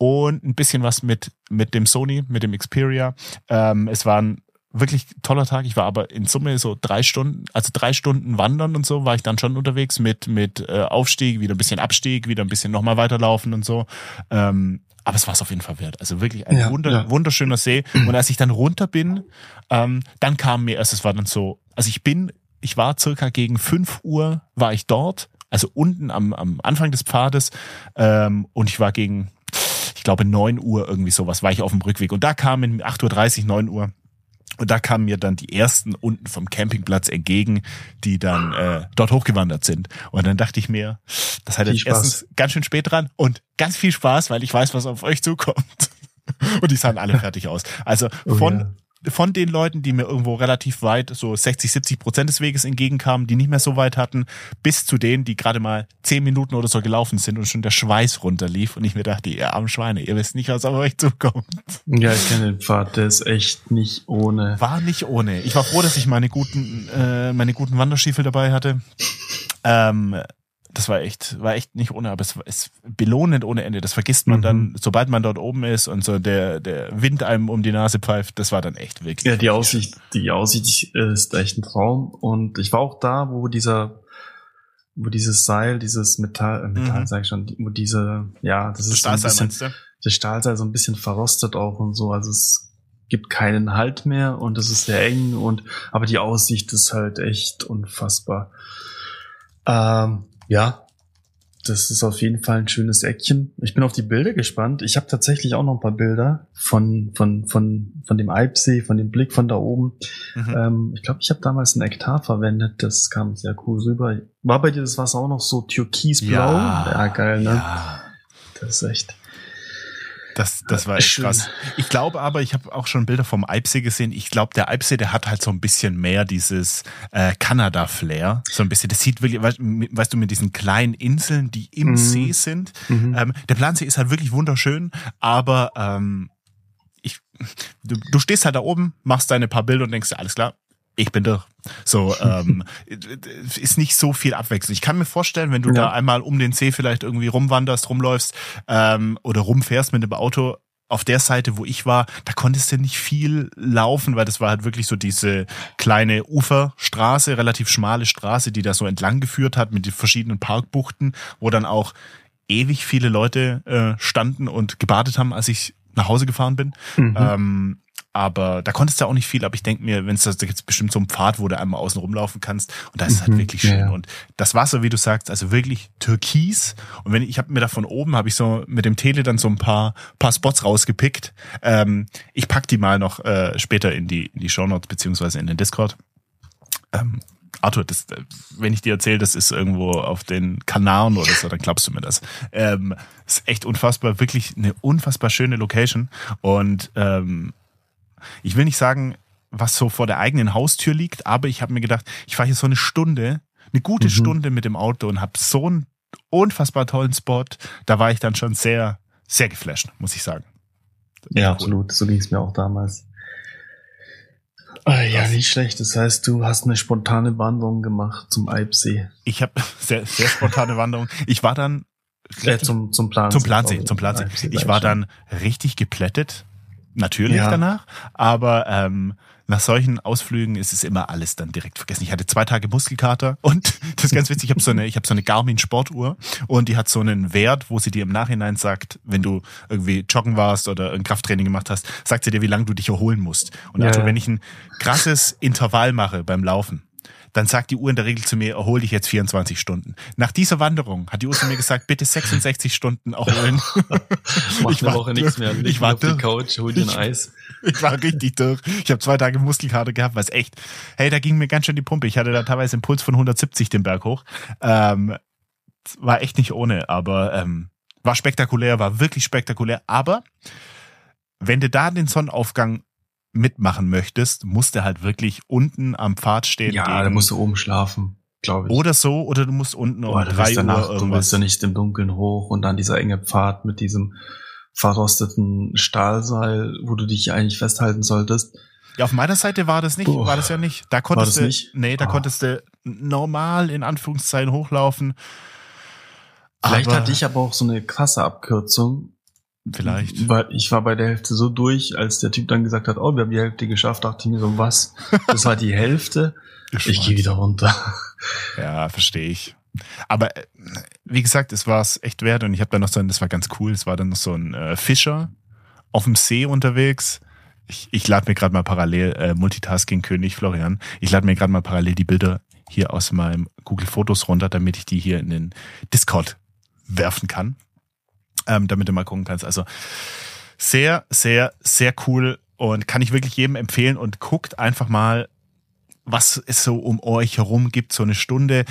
und ein bisschen was mit mit dem Sony, mit dem Xperia. Ähm, es war ein wirklich toller Tag. Ich war aber in Summe so drei Stunden, also drei Stunden wandern und so, war ich dann schon unterwegs mit mit äh, Aufstieg, wieder ein bisschen Abstieg, wieder ein bisschen nochmal weiterlaufen und so. Ähm, aber es war es auf jeden Fall wert. Also wirklich ein Ja, wunder, ja. wunderschöner See. Und als ich dann runter bin, ähm, dann kam mir erst, es war dann so, also ich bin, ich war circa gegen fünf Uhr war ich dort, also unten am, am Anfang des Pfades, ähm, und ich war gegen, ich glaube neun Uhr irgendwie sowas, war ich auf dem Rückweg. Und da kamen acht Uhr dreißig, neun Uhr, und da kamen mir dann die ersten unten vom Campingplatz entgegen, die dann äh, dort hochgewandert sind. Und dann dachte ich mir, das hat jetzt erstens ganz schön spät dran und ganz viel Spaß, weil ich weiß, was auf euch zukommt. Und die sahen alle fertig aus. Also von... Oh ja. Von den Leuten, die mir irgendwo relativ weit, so sechzig, siebzig Prozent des Weges entgegenkamen, die nicht mehr so weit hatten, bis zu denen, die gerade mal zehn Minuten oder so gelaufen sind und schon der Schweiß runterlief und ich mir dachte, ihr armen Schweine, ihr wisst nicht, was auf euch zukommt. Ja, ich kenne den Pfad, der ist echt nicht ohne. War nicht ohne. Ich war froh, dass ich meine guten, äh, meine guten Wanderstiefel dabei hatte. Ähm, Das war echt, war echt nicht ohne, aber es ist belohnend ohne Ende. Das vergisst man mhm. dann, sobald man dort oben ist und so der, der Wind einem um die Nase pfeift. Das war dann echt wirklich. Ja, die Aussicht, die Aussicht ist echt ein Traum. Und ich war auch da, wo dieser, wo dieses Seil, dieses Metall, äh, Metall mhm. sag ich schon, wo diese, ja, das ist so ein bisschen, das Stahlseil so ein bisschen verrostet auch und so. Also es gibt keinen Halt mehr und es ist sehr eng und, aber die Aussicht ist halt echt unfassbar. Ähm, Ja, das ist auf jeden Fall ein schönes Eckchen. Ich bin auf die Bilder gespannt. Ich habe tatsächlich auch noch ein paar Bilder von von von von dem Eibsee, von dem Blick von da oben. Mhm. Ähm, ich glaube, ich habe damals ein Ektar verwendet. Das kam sehr cool rüber. War bei dir das Wasser auch noch so türkisblau? Ja, ja geil, ne? Ja. Das ist echt. Das, das war echt schön. Krass. Ich glaube aber, ich habe auch schon Bilder vom Eibsee gesehen. Ich glaube, der Eibsee, der hat halt so ein bisschen mehr dieses äh, Kanada-Flair. So ein bisschen. Das sieht wirklich, weißt, weißt du, mit diesen kleinen Inseln, die im mhm. See sind. Mhm. Ähm, der Plansee ist halt wirklich wunderschön, aber ähm, ich, du, du stehst halt da oben, machst deine paar Bilder und denkst dir, alles klar, ich bin durch. So, ähm, ist nicht so viel Abwechslung. Ich kann mir vorstellen, wenn du ja. da einmal um den See vielleicht irgendwie rumwanderst, rumläufst ähm, oder rumfährst mit dem Auto, auf der Seite, wo ich war, da konntest du nicht viel laufen, weil das war halt wirklich so diese kleine Uferstraße, relativ schmale Straße, die da so entlang geführt hat mit den verschiedenen Parkbuchten, wo dann auch ewig viele Leute äh, standen und gebadet haben, als ich nach Hause gefahren bin. Mhm. Ähm, aber da konntest du auch nicht viel, aber ich denke mir, wenn es da gibt's bestimmt so einen Pfad, wo du einmal außen rumlaufen kannst und da ist es mhm, halt wirklich schön. Ja. Und das Wasser, wie du sagst, also wirklich türkis. Und wenn ich, ich habe mir da von oben, habe ich so mit dem Tele dann so ein paar paar Spots rausgepickt. Ähm, ich pack die mal noch äh, später in die in die Shownotes beziehungsweise in den Discord. Ähm, Arthur, das, wenn ich dir erzähle, das ist irgendwo auf den Kanaren oder so, dann glaubst du mir das. Ähm, ist echt unfassbar, wirklich eine unfassbar schöne Location. Und ähm, ich will nicht sagen, was so vor der eigenen Haustür liegt, aber ich habe mir gedacht, ich fahre hier so eine Stunde, eine gute mhm. Stunde mit dem Auto und habe so einen unfassbar tollen Spot. Da war ich dann schon sehr, sehr geflasht, muss ich sagen. Ja, cool. Absolut. So ging es mir auch damals. Ah, ja, nicht schlecht. Das heißt, du hast eine spontane Wanderung gemacht zum Eibsee. Ich habe sehr, sehr spontane Wanderung. Ich war dann äh, zum zum Plansee. Zum Plansee, zum Plansee. Ich war dann richtig geplättet. Natürlich ja. danach, aber ähm, nach solchen Ausflügen ist es immer alles dann direkt vergessen. Ich hatte zwei Tage Muskelkater und das ist ganz witzig, ich habe so eine ich habe so eine Garmin Sportuhr und die hat so einen Wert, wo sie dir im Nachhinein sagt, wenn du irgendwie joggen warst oder ein Krafttraining gemacht hast, sagt sie dir, wie lange du dich erholen musst. Und ja, also, wenn ich ein krasses Intervall mache beim Laufen, dann sagt die Uhr in der Regel zu mir, erhol dich jetzt vierundzwanzig Stunden. Nach dieser Wanderung hat die Uhr zu mir gesagt, bitte sechsundsechzig Stunden erholen. Mach ich eine Woche nichts mehr. Ich war auf die Couch, hol dir ein Eis. Ich war richtig durch. Ich habe zwei Tage Muskelkater gehabt, was echt, hey, da ging mir ganz schön die Pumpe. Ich hatte da teilweise einen Puls von hundertsiebzig den Berg hoch. Ähm, war echt nicht ohne, aber ähm, war spektakulär, war wirklich spektakulär. Aber wenn du da den Sonnenaufgang mitmachen möchtest, musst du halt wirklich unten am Pfad stehen. Ja, gegen, da musst du oben schlafen, glaube ich. Oder so, oder du musst unten um drei Uhr Nacht, du willst ja nicht im Dunkeln hoch und dann dieser enge Pfad mit diesem verrosteten Stahlseil, wo du dich eigentlich festhalten solltest. Ja, auf meiner Seite war das nicht, oh. war das ja nicht. Da konntest war das du, nicht? Nee, da oh. konntest du normal in Anführungszeichen hochlaufen. Vielleicht aber, hatte ich aber auch so eine krasse Abkürzung. Vielleicht. Weil ich war bei der Hälfte so durch, als der Typ dann gesagt hat, oh, wir haben die Hälfte geschafft, dachte ich mir so, was? Das war die Hälfte? Ich gehe wieder runter. Ja, verstehe ich. Aber wie gesagt, es war es echt wert und ich habe dann noch so ein, das war ganz cool, es war dann noch so ein äh, Fischer auf dem See unterwegs. Ich, ich lade mir gerade mal parallel, äh, Multitasking-König Florian, ich lade mir gerade mal parallel die Bilder hier aus meinem Google Fotos runter, damit ich die hier in den Discord werfen kann, ähm, damit du mal gucken kannst. Also sehr, sehr, sehr cool und kann ich wirklich jedem empfehlen und guckt einfach mal, was es so um euch herum gibt, so eine Stunde.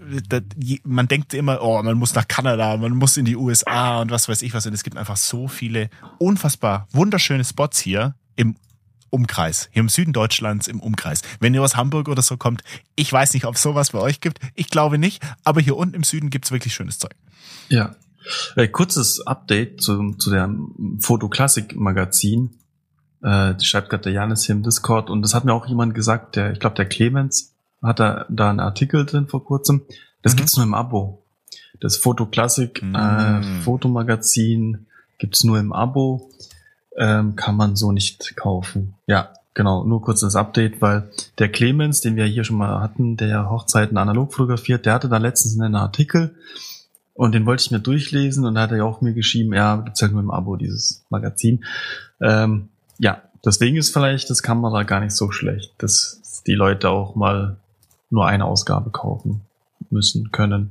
Man denkt immer, oh, man muss nach Kanada, man muss in die U S A und was weiß ich was. Und es gibt einfach so viele unfassbar wunderschöne Spots hier im Umkreis, hier im Süden Deutschlands im Umkreis. Wenn ihr aus Hamburg oder so kommt, ich weiß nicht, ob es sowas bei euch gibt. Ich glaube nicht, aber hier unten im Süden gibt's wirklich schönes Zeug. Ja. Äh, kurzes Update zu, zu der Fotoklassik-Magazin. Äh, die schreibt gerade der Janis hier im Discord und das hat mir auch jemand gesagt, der, ich glaube der Clemens, hat da, da einen Artikel drin vor kurzem. Das mhm. gibt's nur im Abo. Das Fotoklassik mhm. äh, Fotomagazin gibt's nur im Abo, ähm, kann man so nicht kaufen. Ja, genau, nur kurz das Update, weil der Clemens, den wir hier schon mal hatten, der Hochzeiten analog fotografiert, der hatte da letztens einen Artikel und den wollte ich mir durchlesen und da hat er ja auch mir geschrieben, ja, gibt's halt nur im Abo, dieses Magazin. Ähm, Ja, deswegen ist vielleicht das Kamera gar nicht so schlecht, dass die Leute auch mal nur eine Ausgabe kaufen müssen können.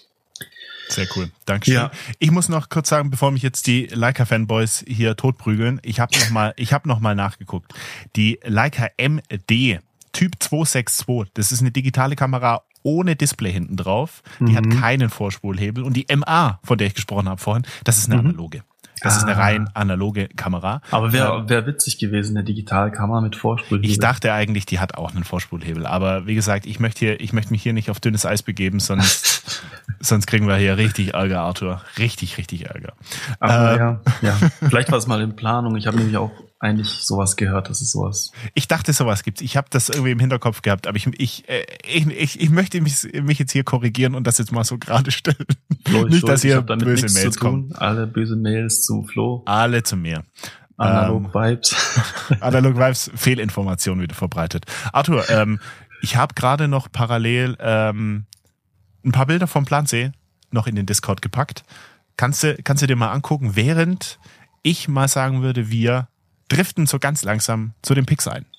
Sehr cool, Dankeschön. Ja. Ich muss noch kurz sagen, bevor mich jetzt die Leica-Fanboys hier totprügeln, ich habe noch mal, ich habe noch mal nachgeguckt. Die Leica M D Typ zwei sechs zwei, das ist eine digitale Kamera ohne Display hinten drauf. Die mhm. hat keinen Vorspulhebel und die M A, von der ich gesprochen habe vorhin, das ist eine Mhm. analoge. Das Ah. ist eine rein analoge Kamera. Aber wäre Ähm, wär witzig gewesen, eine Digitalkamera mit Vorspulhebel. Ich dachte eigentlich, die hat auch einen Vorspulhebel. Aber wie gesagt, ich möchte hier, ich möchte mich hier nicht auf dünnes Eis begeben, sonst, sonst kriegen wir hier richtig Ärger, Arthur. Richtig, richtig Ärger. Aber ähm, ja, ja, vielleicht war es mal in Planung. Ich habe nämlich auch eigentlich sowas gehört, dass es sowas. Ich dachte, sowas gibt's. Ich habe das irgendwie im Hinterkopf gehabt, aber ich, ich, äh, ich, ich, ich möchte mich, mich jetzt hier korrigieren und das jetzt mal so gerade stellen. Flo, Nicht, schuld, dass hier ich hab damit böse nichts Mails zu tun. kommen. Alle böse Mails zu Flo. Alle zu mir. Analog Ähm, Vibes. Analog Vibes, Fehlinformationen wieder verbreitet. Arthur, ähm, ich habe gerade noch parallel ähm, ein paar Bilder vom Plansee noch in den Discord gepackt. Kannst du, kannst du dir mal angucken, während ich mal sagen würde, wir driften so ganz langsam zu den Pics ein.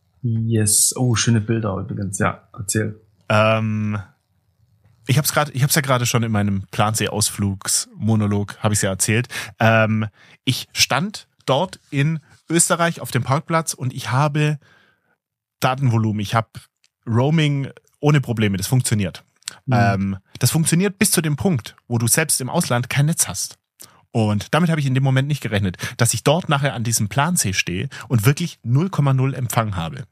Yes. Oh, schöne Bilder übrigens. Ja, erzähl. Ähm, ich habe es gerade, ich habe es ja gerade schon in meinem Plansee-Ausflugsmonolog, habe ich es ja erzählt. Ähm, ich stand dort in Österreich auf dem Parkplatz und ich habe Datenvolumen, ich habe Roaming ohne Probleme, das funktioniert. Mhm. Ähm, das funktioniert bis zu dem Punkt, wo du selbst im Ausland kein Netz hast. Und damit habe ich in dem Moment nicht gerechnet, dass ich dort nachher an diesem Plansee stehe und wirklich null Komma null Empfang habe.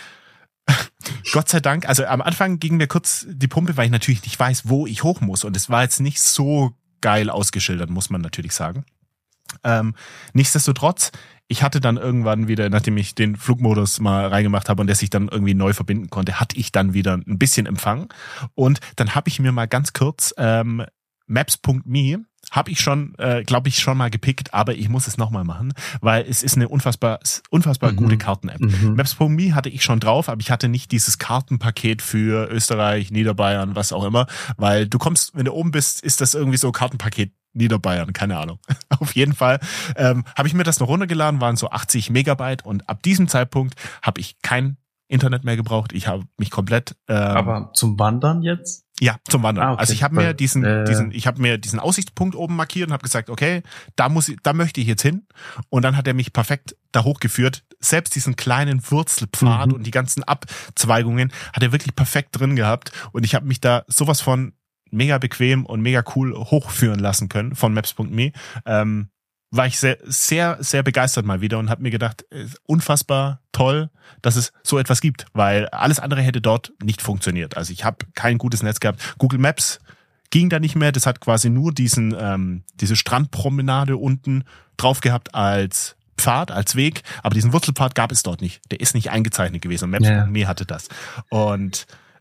Gott sei Dank, also am Anfang ging mir kurz die Pumpe, weil ich natürlich nicht weiß, wo ich hoch muss. Und es war jetzt nicht so geil ausgeschildert, muss man natürlich sagen. Ähm, nichtsdestotrotz, ich hatte dann irgendwann wieder, nachdem ich den Flugmodus mal reingemacht habe und der sich dann irgendwie neu verbinden konnte, hatte ich dann wieder ein bisschen Empfang. Und dann habe ich mir mal ganz kurz ähm, Maps Punkt me habe ich schon, äh, glaube ich, schon mal gepickt, aber ich muss es nochmal machen, weil es ist eine unfassbar, unfassbar mhm. gute Karten-App. Mhm. Maps Punkt me hatte ich schon drauf, aber ich hatte nicht dieses Kartenpaket für Österreich, Niederbayern, was auch immer, weil du kommst, wenn du oben bist, ist das irgendwie so Kartenpaket Niederbayern, keine Ahnung. Auf jeden Fall ähm, habe ich mir das noch runtergeladen, waren so achtzig Megabyte und ab diesem Zeitpunkt habe ich kein Internet mehr gebraucht. Ich habe mich komplett. Ähm, Aber zum Wandern jetzt? Ja, zum Wandern. Ah, okay. Also ich habe mir diesen, äh, diesen, ich habe mir diesen Aussichtspunkt oben markiert und habe gesagt, okay, da muss ich, da möchte ich jetzt hin. Und dann hat er mich perfekt da hochgeführt. Selbst diesen kleinen Wurzelpfad mhm. und die ganzen Abzweigungen hat er wirklich perfekt drin gehabt. Und ich habe mich da sowas von mega bequem und mega cool hochführen lassen können von Maps Punkt me. Ähm, war ich sehr, sehr, sehr begeistert mal wieder und habe mir gedacht, unfassbar toll, dass es so etwas gibt, weil alles andere hätte dort nicht funktioniert. Also ich habe kein gutes Netz gehabt. Google Maps ging da nicht mehr. Das hat quasi nur diesen, ähm, diese Strandpromenade unten drauf gehabt als Pfad, als Weg, aber diesen Wurzelpfad gab es dort nicht. Der ist nicht eingezeichnet gewesen. Maps Punkt me ja. hatte das. Und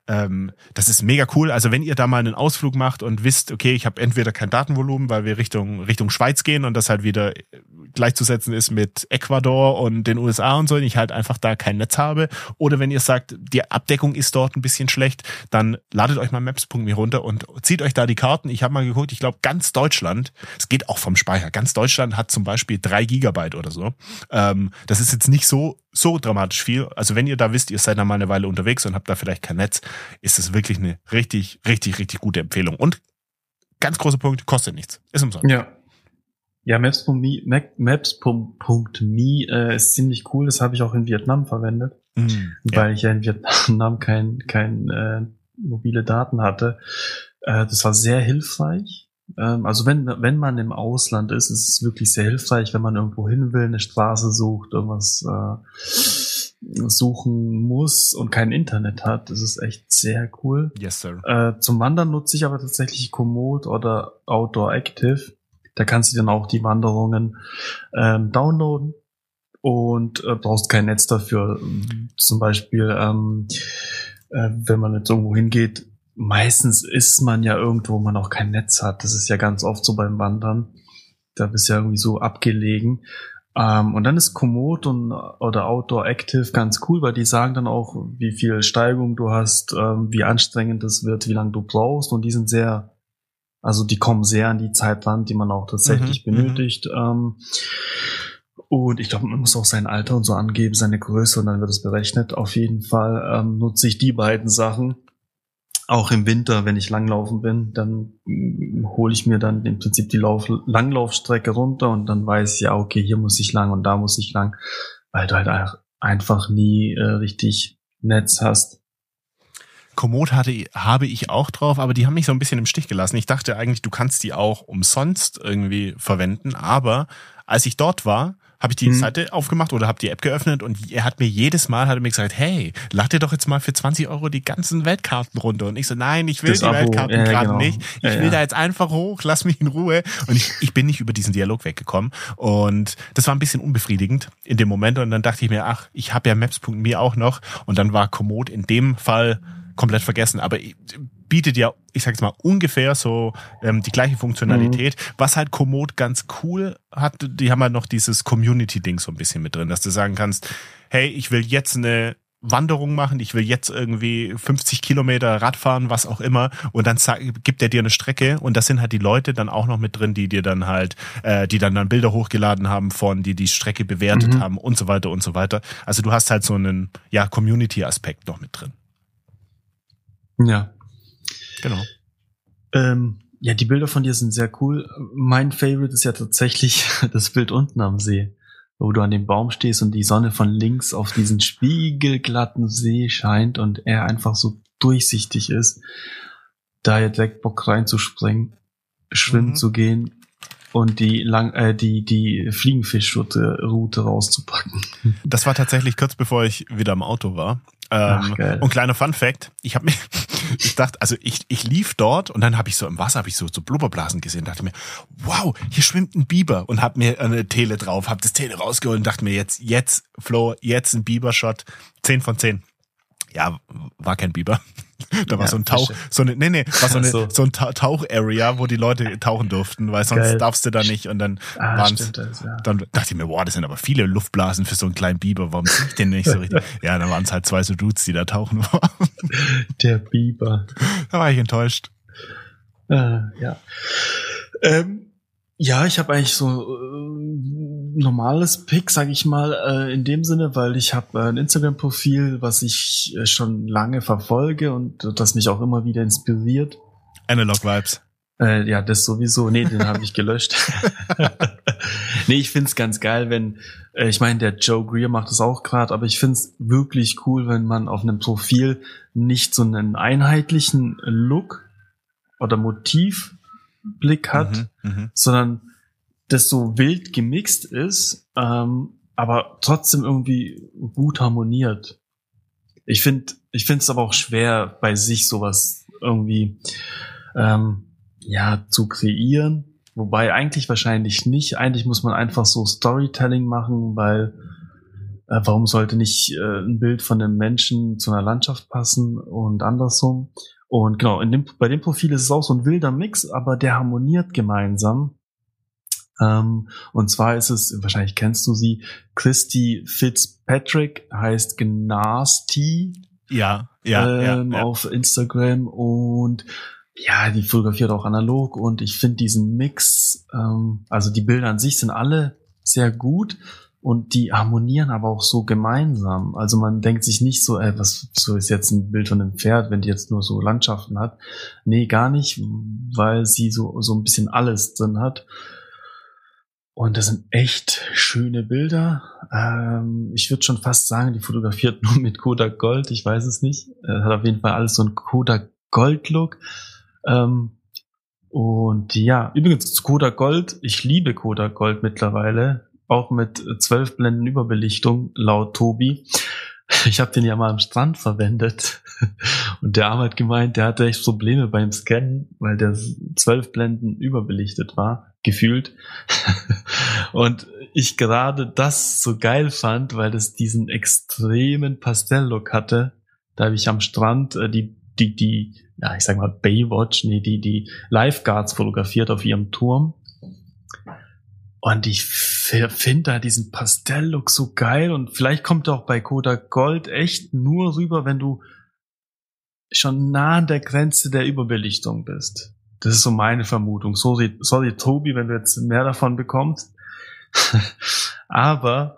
ähm, das ist mega cool. Also wenn ihr da mal einen Ausflug macht und wisst, okay, ich habe entweder kein Datenvolumen, weil wir Richtung Richtung Schweiz gehen und das halt wieder gleichzusetzen ist mit Ecuador und den U S A und so, und ich halt einfach da kein Netz habe. Oder wenn ihr sagt, die Abdeckung ist dort ein bisschen schlecht, dann ladet euch mal maps punkt me runter und zieht euch da die Karten. Ich habe mal geguckt, ich glaube ganz Deutschland, es geht auch vom Speicher, ganz Deutschland hat zum Beispiel drei Gigabyte oder so. Ähm, das ist jetzt nicht so so dramatisch viel. Also wenn ihr da wisst, ihr seid da mal eine Weile unterwegs und habt da vielleicht kein Netz, ist das wirklich eine richtig, richtig, richtig gute Empfehlung. Und ganz großer Punkt, kostet nichts. Ist umsonst. Ja. Ja, maps punkt me, maps punkt me äh, ist ziemlich cool. Das habe ich auch in Vietnam verwendet, mm, weil ja. ich ja in Vietnam kein, kein äh, mobile Daten hatte. Äh, das war sehr hilfreich. Ähm, also wenn wenn man im Ausland ist, ist es wirklich sehr hilfreich, wenn man irgendwo hin will, eine Straße sucht, irgendwas äh, suchen muss und kein Internet hat. Das ist echt sehr cool. Yes, sir. Äh, zum Wandern nutze ich aber tatsächlich Komoot oder Outdoor Active. Da kannst du dann auch die Wanderungen ähm, downloaden und äh, brauchst kein Netz dafür. Zum Beispiel, ähm, äh, wenn man jetzt irgendwo hingeht, meistens ist man ja irgendwo, wo man auch kein Netz hat. Das ist ja ganz oft so beim Wandern. Da bist du ja irgendwie so abgelegen. Ähm, und dann ist Komoot und, oder Outdoor Active ganz cool, weil die sagen dann auch, wie viel Steigung du hast, ähm, wie anstrengend es wird, wie lange du brauchst. Und die sind sehr Also die kommen sehr an die Zeit ran, die man auch tatsächlich mhm, benötigt. Ähm, und ich glaube, man muss auch sein Alter und so angeben, seine Größe, und dann wird es berechnet. Auf jeden Fall ähm, nutze ich die beiden Sachen. Auch im Winter, wenn ich langlaufen bin, dann äh, hole ich mir dann im Prinzip die Lauf- Langlaufstrecke runter und dann weiß ich, ja, okay, hier muss ich lang und da muss ich lang, weil du halt einfach nie äh, richtig Netz hast. Komoot hatte, habe ich auch drauf, aber die haben mich so ein bisschen im Stich gelassen. Ich dachte eigentlich, du kannst die auch umsonst irgendwie verwenden, aber als ich dort war, habe ich die mhm. Seite aufgemacht oder habe die App geöffnet und er hat mir jedes Mal hat er mir gesagt, hey, lad dir doch jetzt mal für zwanzig Euro die ganzen Weltkarten runter. Und ich so, nein, ich will das die Abo. Weltkarten ja, gerade genau. nicht. Ich ja, will ja. da jetzt einfach hoch, lass mich in Ruhe. Und ich, ich bin nicht über diesen Dialog weggekommen. Und das war ein bisschen unbefriedigend in dem Moment. Und dann dachte ich mir, ach, ich habe ja maps punkt me auch noch. Und dann war Komoot in dem Fall komplett vergessen, aber bietet ja, ich sag jetzt mal, ungefähr so ähm, die gleiche Funktionalität. Mhm. Was halt Komoot ganz cool hat, die haben halt noch dieses Community-Ding so ein bisschen mit drin, dass du sagen kannst, hey, ich will jetzt eine Wanderung machen, ich will jetzt irgendwie fünfzig Kilometer Radfahren, was auch immer, und dann sag, gibt er dir eine Strecke und das sind halt die Leute dann auch noch mit drin, die dir dann halt, äh, die dann dann Bilder hochgeladen haben von, die die Strecke bewertet mhm. haben und so weiter und so weiter. Also du hast halt so einen, ja, Community-Aspekt noch mit drin. Ja. Genau. Ähm, ja, die Bilder von dir sind sehr cool. Mein Favorite ist ja tatsächlich das Bild unten am See, wo du an dem Baum stehst und die Sonne von links auf diesen spiegelglatten See scheint und er einfach so durchsichtig ist. Da jetzt direkt Bock reinzuspringen, schwimmen mhm. zu gehen und die lang äh, die die Fliegenfischroute Route rauszupacken. Das war tatsächlich kurz bevor ich wieder im Auto war. Ähm, Ach, und kleiner Fun Fact, ich habe mir, ich dachte, also ich ich lief dort und dann habe ich so im Wasser, habe ich so, so Blubberblasen gesehen, dachte mir, wow, hier schwimmt ein Biber, und habe mir eine Tele drauf, habe das Tele rausgeholt und dachte mir, jetzt, jetzt, Flo, jetzt ein Bibershot, zehn von zehn. Ja, war kein Biber. Da war ja, so ein Tauch, Fische. so eine, nee, nee, war so eine, so, so ein Tauch-Area, wo die Leute tauchen durften, weil sonst Geil. darfst du da nicht, und dann ah, waren's, das, ja. dann dachte ich mir, wow, das sind aber viele Luftblasen für so einen kleinen Biber, warum sehe ich den nicht so richtig? Ja, dann waren es halt zwei so Dudes, die da tauchen waren. Der Biber. Da war ich enttäuscht. Äh, ja. Ähm, Ja, ich habe eigentlich so äh, normales Pick, sag ich mal, äh, in dem Sinne, weil ich habe äh, ein Instagram-Profil, was ich äh, schon lange verfolge und äh, das mich auch immer wieder inspiriert. Analog Vibes. Äh, ja, das sowieso. Nee, den habe ich gelöscht. Nee, ich find's ganz geil, wenn, äh, ich meine, der Joe Greer macht das auch gerade, aber ich find's wirklich cool, wenn man auf einem Profil nicht so einen einheitlichen Look oder Motiv Blick hat, mhm, sondern das so wild gemixt ist, ähm, aber trotzdem irgendwie gut harmoniert. Ich finde, ich finde es aber auch schwer, bei sich sowas irgendwie ähm, ja zu kreieren. Wobei eigentlich wahrscheinlich nicht. Eigentlich muss man einfach so Storytelling machen, weil Äh, warum sollte nicht äh, ein Bild von einem Menschen zu einer Landschaft passen und andersrum? Und genau, in dem, bei dem Profil ist es auch so ein wilder Mix, aber der harmoniert gemeinsam. Ähm, und zwar ist es, wahrscheinlich kennst du sie, Christy Fitzpatrick, heißt Gnasty. Ja, ja, ähm, ja, ja. Auf Instagram, und ja, die fotografiert auch analog, und ich finde diesen Mix, ähm, also die Bilder an sich sind alle sehr gut und die harmonieren aber auch so gemeinsam. Also man denkt sich nicht so, ey, was so ist jetzt ein Bild von einem Pferd, wenn die jetzt nur so Landschaften hat. Nee, gar nicht, weil sie so, so ein bisschen alles drin hat. Und das sind echt schöne Bilder. Ähm, ich würde schon fast sagen, die fotografiert nur mit Kodak Gold. Ich weiß es nicht. Äh, hat auf jeden Fall alles so einen Kodak Gold Look. Ähm, und ja, übrigens Kodak Gold. Ich liebe Kodak Gold mittlerweile. Auch mit zwölf Blenden Überbelichtung, laut Tobi. Ich habe den ja mal am Strand verwendet. Und der Arm hat gemeint, der hatte echt Probleme beim Scannen, weil der zwölf Blenden überbelichtet war, gefühlt. Und ich gerade das so geil fand, weil das diesen extremen Pastell-Look hatte. Da habe ich am Strand äh, die, die, die, ja, ich sag mal Baywatch, nee, die, die Lifeguards fotografiert auf ihrem Turm. Und ich finde da diesen Pastell-Look so geil, und vielleicht kommt er auch bei Kodak Gold echt nur rüber, wenn du schon nah an der Grenze der Überbelichtung bist. Das ist so meine Vermutung. Sorry, sorry Tobi, wenn du jetzt mehr davon bekommst. Aber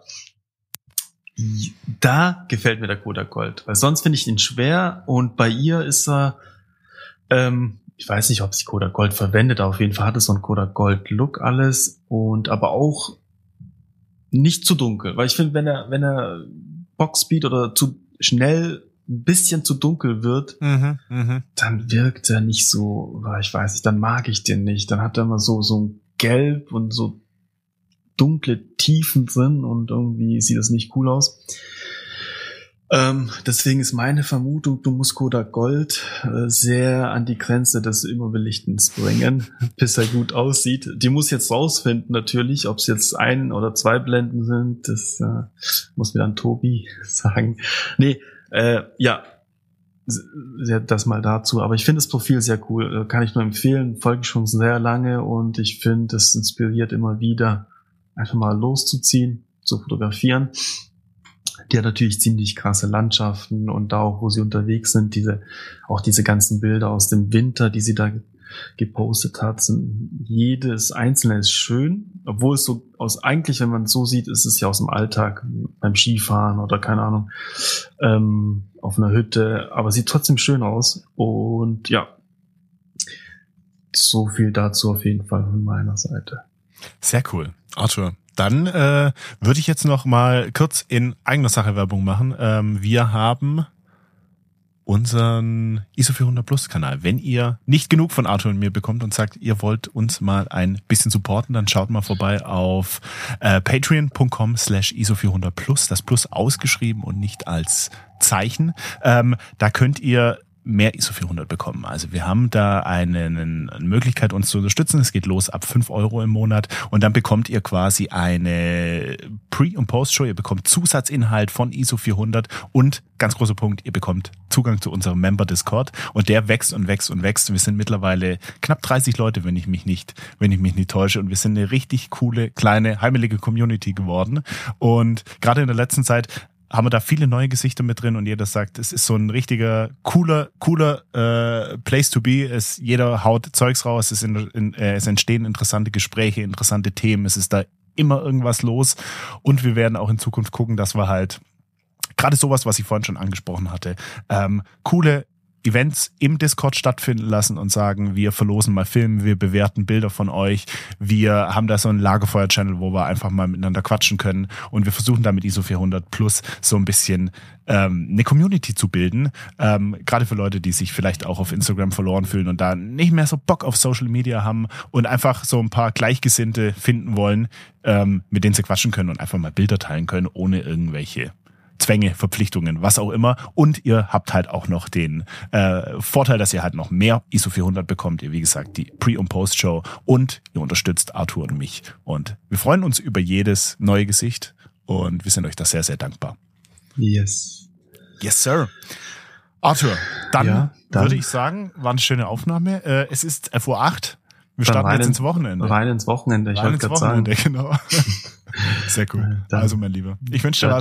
da gefällt mir der Kodak Gold, weil sonst finde ich ihn schwer, und bei ihr ist er, ähm, ich weiß nicht, ob sie Kodak Gold verwendet, aber auf jeden Fall hat es so einen Kodak Gold Look alles, und aber auch nicht zu dunkel, weil ich finde, wenn er, wenn er Boxspeed oder zu schnell ein bisschen zu dunkel wird, mhm, mh. dann wirkt er nicht so, ich weiß nicht, dann mag ich den nicht. Dann hat er immer so, so ein Gelb und so dunkle Tiefen drin, und irgendwie sieht das nicht cool aus. Ähm, deswegen ist meine Vermutung, du musst Kodak Gold äh, sehr an die Grenze des Überbelichtens bringen, bis er gut aussieht. Die muss jetzt rausfinden natürlich, ob es jetzt ein oder zwei Blenden sind, das äh, muss mir dann Tobi sagen. Nee, äh, ja, das mal dazu. Aber ich finde das Profil sehr cool, kann ich nur empfehlen, folge schon sehr lange, und ich finde, es inspiriert immer wieder, einfach mal loszuziehen, zu fotografieren. Die hat natürlich ziemlich krasse Landschaften, und da auch, wo sie unterwegs sind, diese, auch diese ganzen Bilder aus dem Winter, die sie da gepostet hat, sind, jedes einzelne ist schön, obwohl es so aus, eigentlich, wenn man es so sieht, ist es ja aus dem Alltag, beim Skifahren oder keine Ahnung, ähm, auf einer Hütte, aber sieht trotzdem schön aus, und ja, so viel dazu auf jeden Fall von meiner Seite. Sehr cool. Arthur, dann äh, würde ich jetzt noch mal kurz in eigener Sache Werbung machen. Ähm, wir haben unseren I S O vierhundert Plus Kanal. Wenn ihr nicht genug von Arthur und mir bekommt und sagt, ihr wollt uns mal ein bisschen supporten, dann schaut mal vorbei auf äh, patreon.com slash ISO vierhundert Plus, das Plus ausgeschrieben und nicht als Zeichen. Ähm, da könnt ihr mehr I S O vierhundert bekommen. Also wir haben da eine, eine Möglichkeit, uns zu unterstützen. Es geht los ab fünf Euro im Monat, und dann bekommt ihr quasi eine Pre- und Post-Show. Ihr bekommt Zusatzinhalt von I S O vierhundert, und ganz großer Punkt, ihr bekommt Zugang zu unserem Member-Discord, und der wächst und wächst und wächst. Wir sind mittlerweile knapp dreißig Leute, wenn ich mich nicht, wenn ich mich nicht täusche, und wir sind eine richtig coole, kleine, heimelige Community geworden. Und gerade in der letzten Zeit haben wir da viele neue Gesichter mit drin, und jeder sagt, es ist so ein richtiger, cooler, cooler äh, Place to be. Es, jeder haut Zeugs raus, es, in, in, äh, es entstehen interessante Gespräche, interessante Themen, es ist da immer irgendwas los, und wir werden auch in Zukunft gucken, dass wir halt gerade sowas, was ich vorhin schon angesprochen hatte, ähm, coole Events im Discord stattfinden lassen und sagen, wir verlosen mal Filme, wir bewerten Bilder von euch, wir haben da so einen Lagerfeuer-Channel, wo wir einfach mal miteinander quatschen können, und wir versuchen da mit I S O vierhundert Plus so ein bisschen ähm, eine Community zu bilden, ähm, gerade für Leute, die sich vielleicht auch auf Instagram verloren fühlen und da nicht mehr so Bock auf Social Media haben und einfach so ein paar Gleichgesinnte finden wollen, ähm, mit denen sie quatschen können und einfach mal Bilder teilen können, ohne irgendwelche Zwänge, Verpflichtungen, was auch immer. Und ihr habt halt auch noch den äh, Vorteil, dass ihr halt noch mehr I S O vierhundert bekommt. Ihr, wie gesagt, die Pre- und Post-Show, und ihr unterstützt Arthur und mich. Und wir freuen uns über jedes neue Gesicht. Und wir sind euch da sehr, sehr dankbar. Yes. Yes, sir. Arthur, dann, Ja, dann würde ich sagen, war eine schöne Aufnahme. Äh, es ist elf Uhr acht. Wir Dann starten rein jetzt ins- ins Wochenende. rein ins Wochenende. Ich Rein wollte ins gerade sagen. Wochenende, genau. Sehr cool. Dann- Also, mein Lieber. Ich wünsche dir Ciao, was.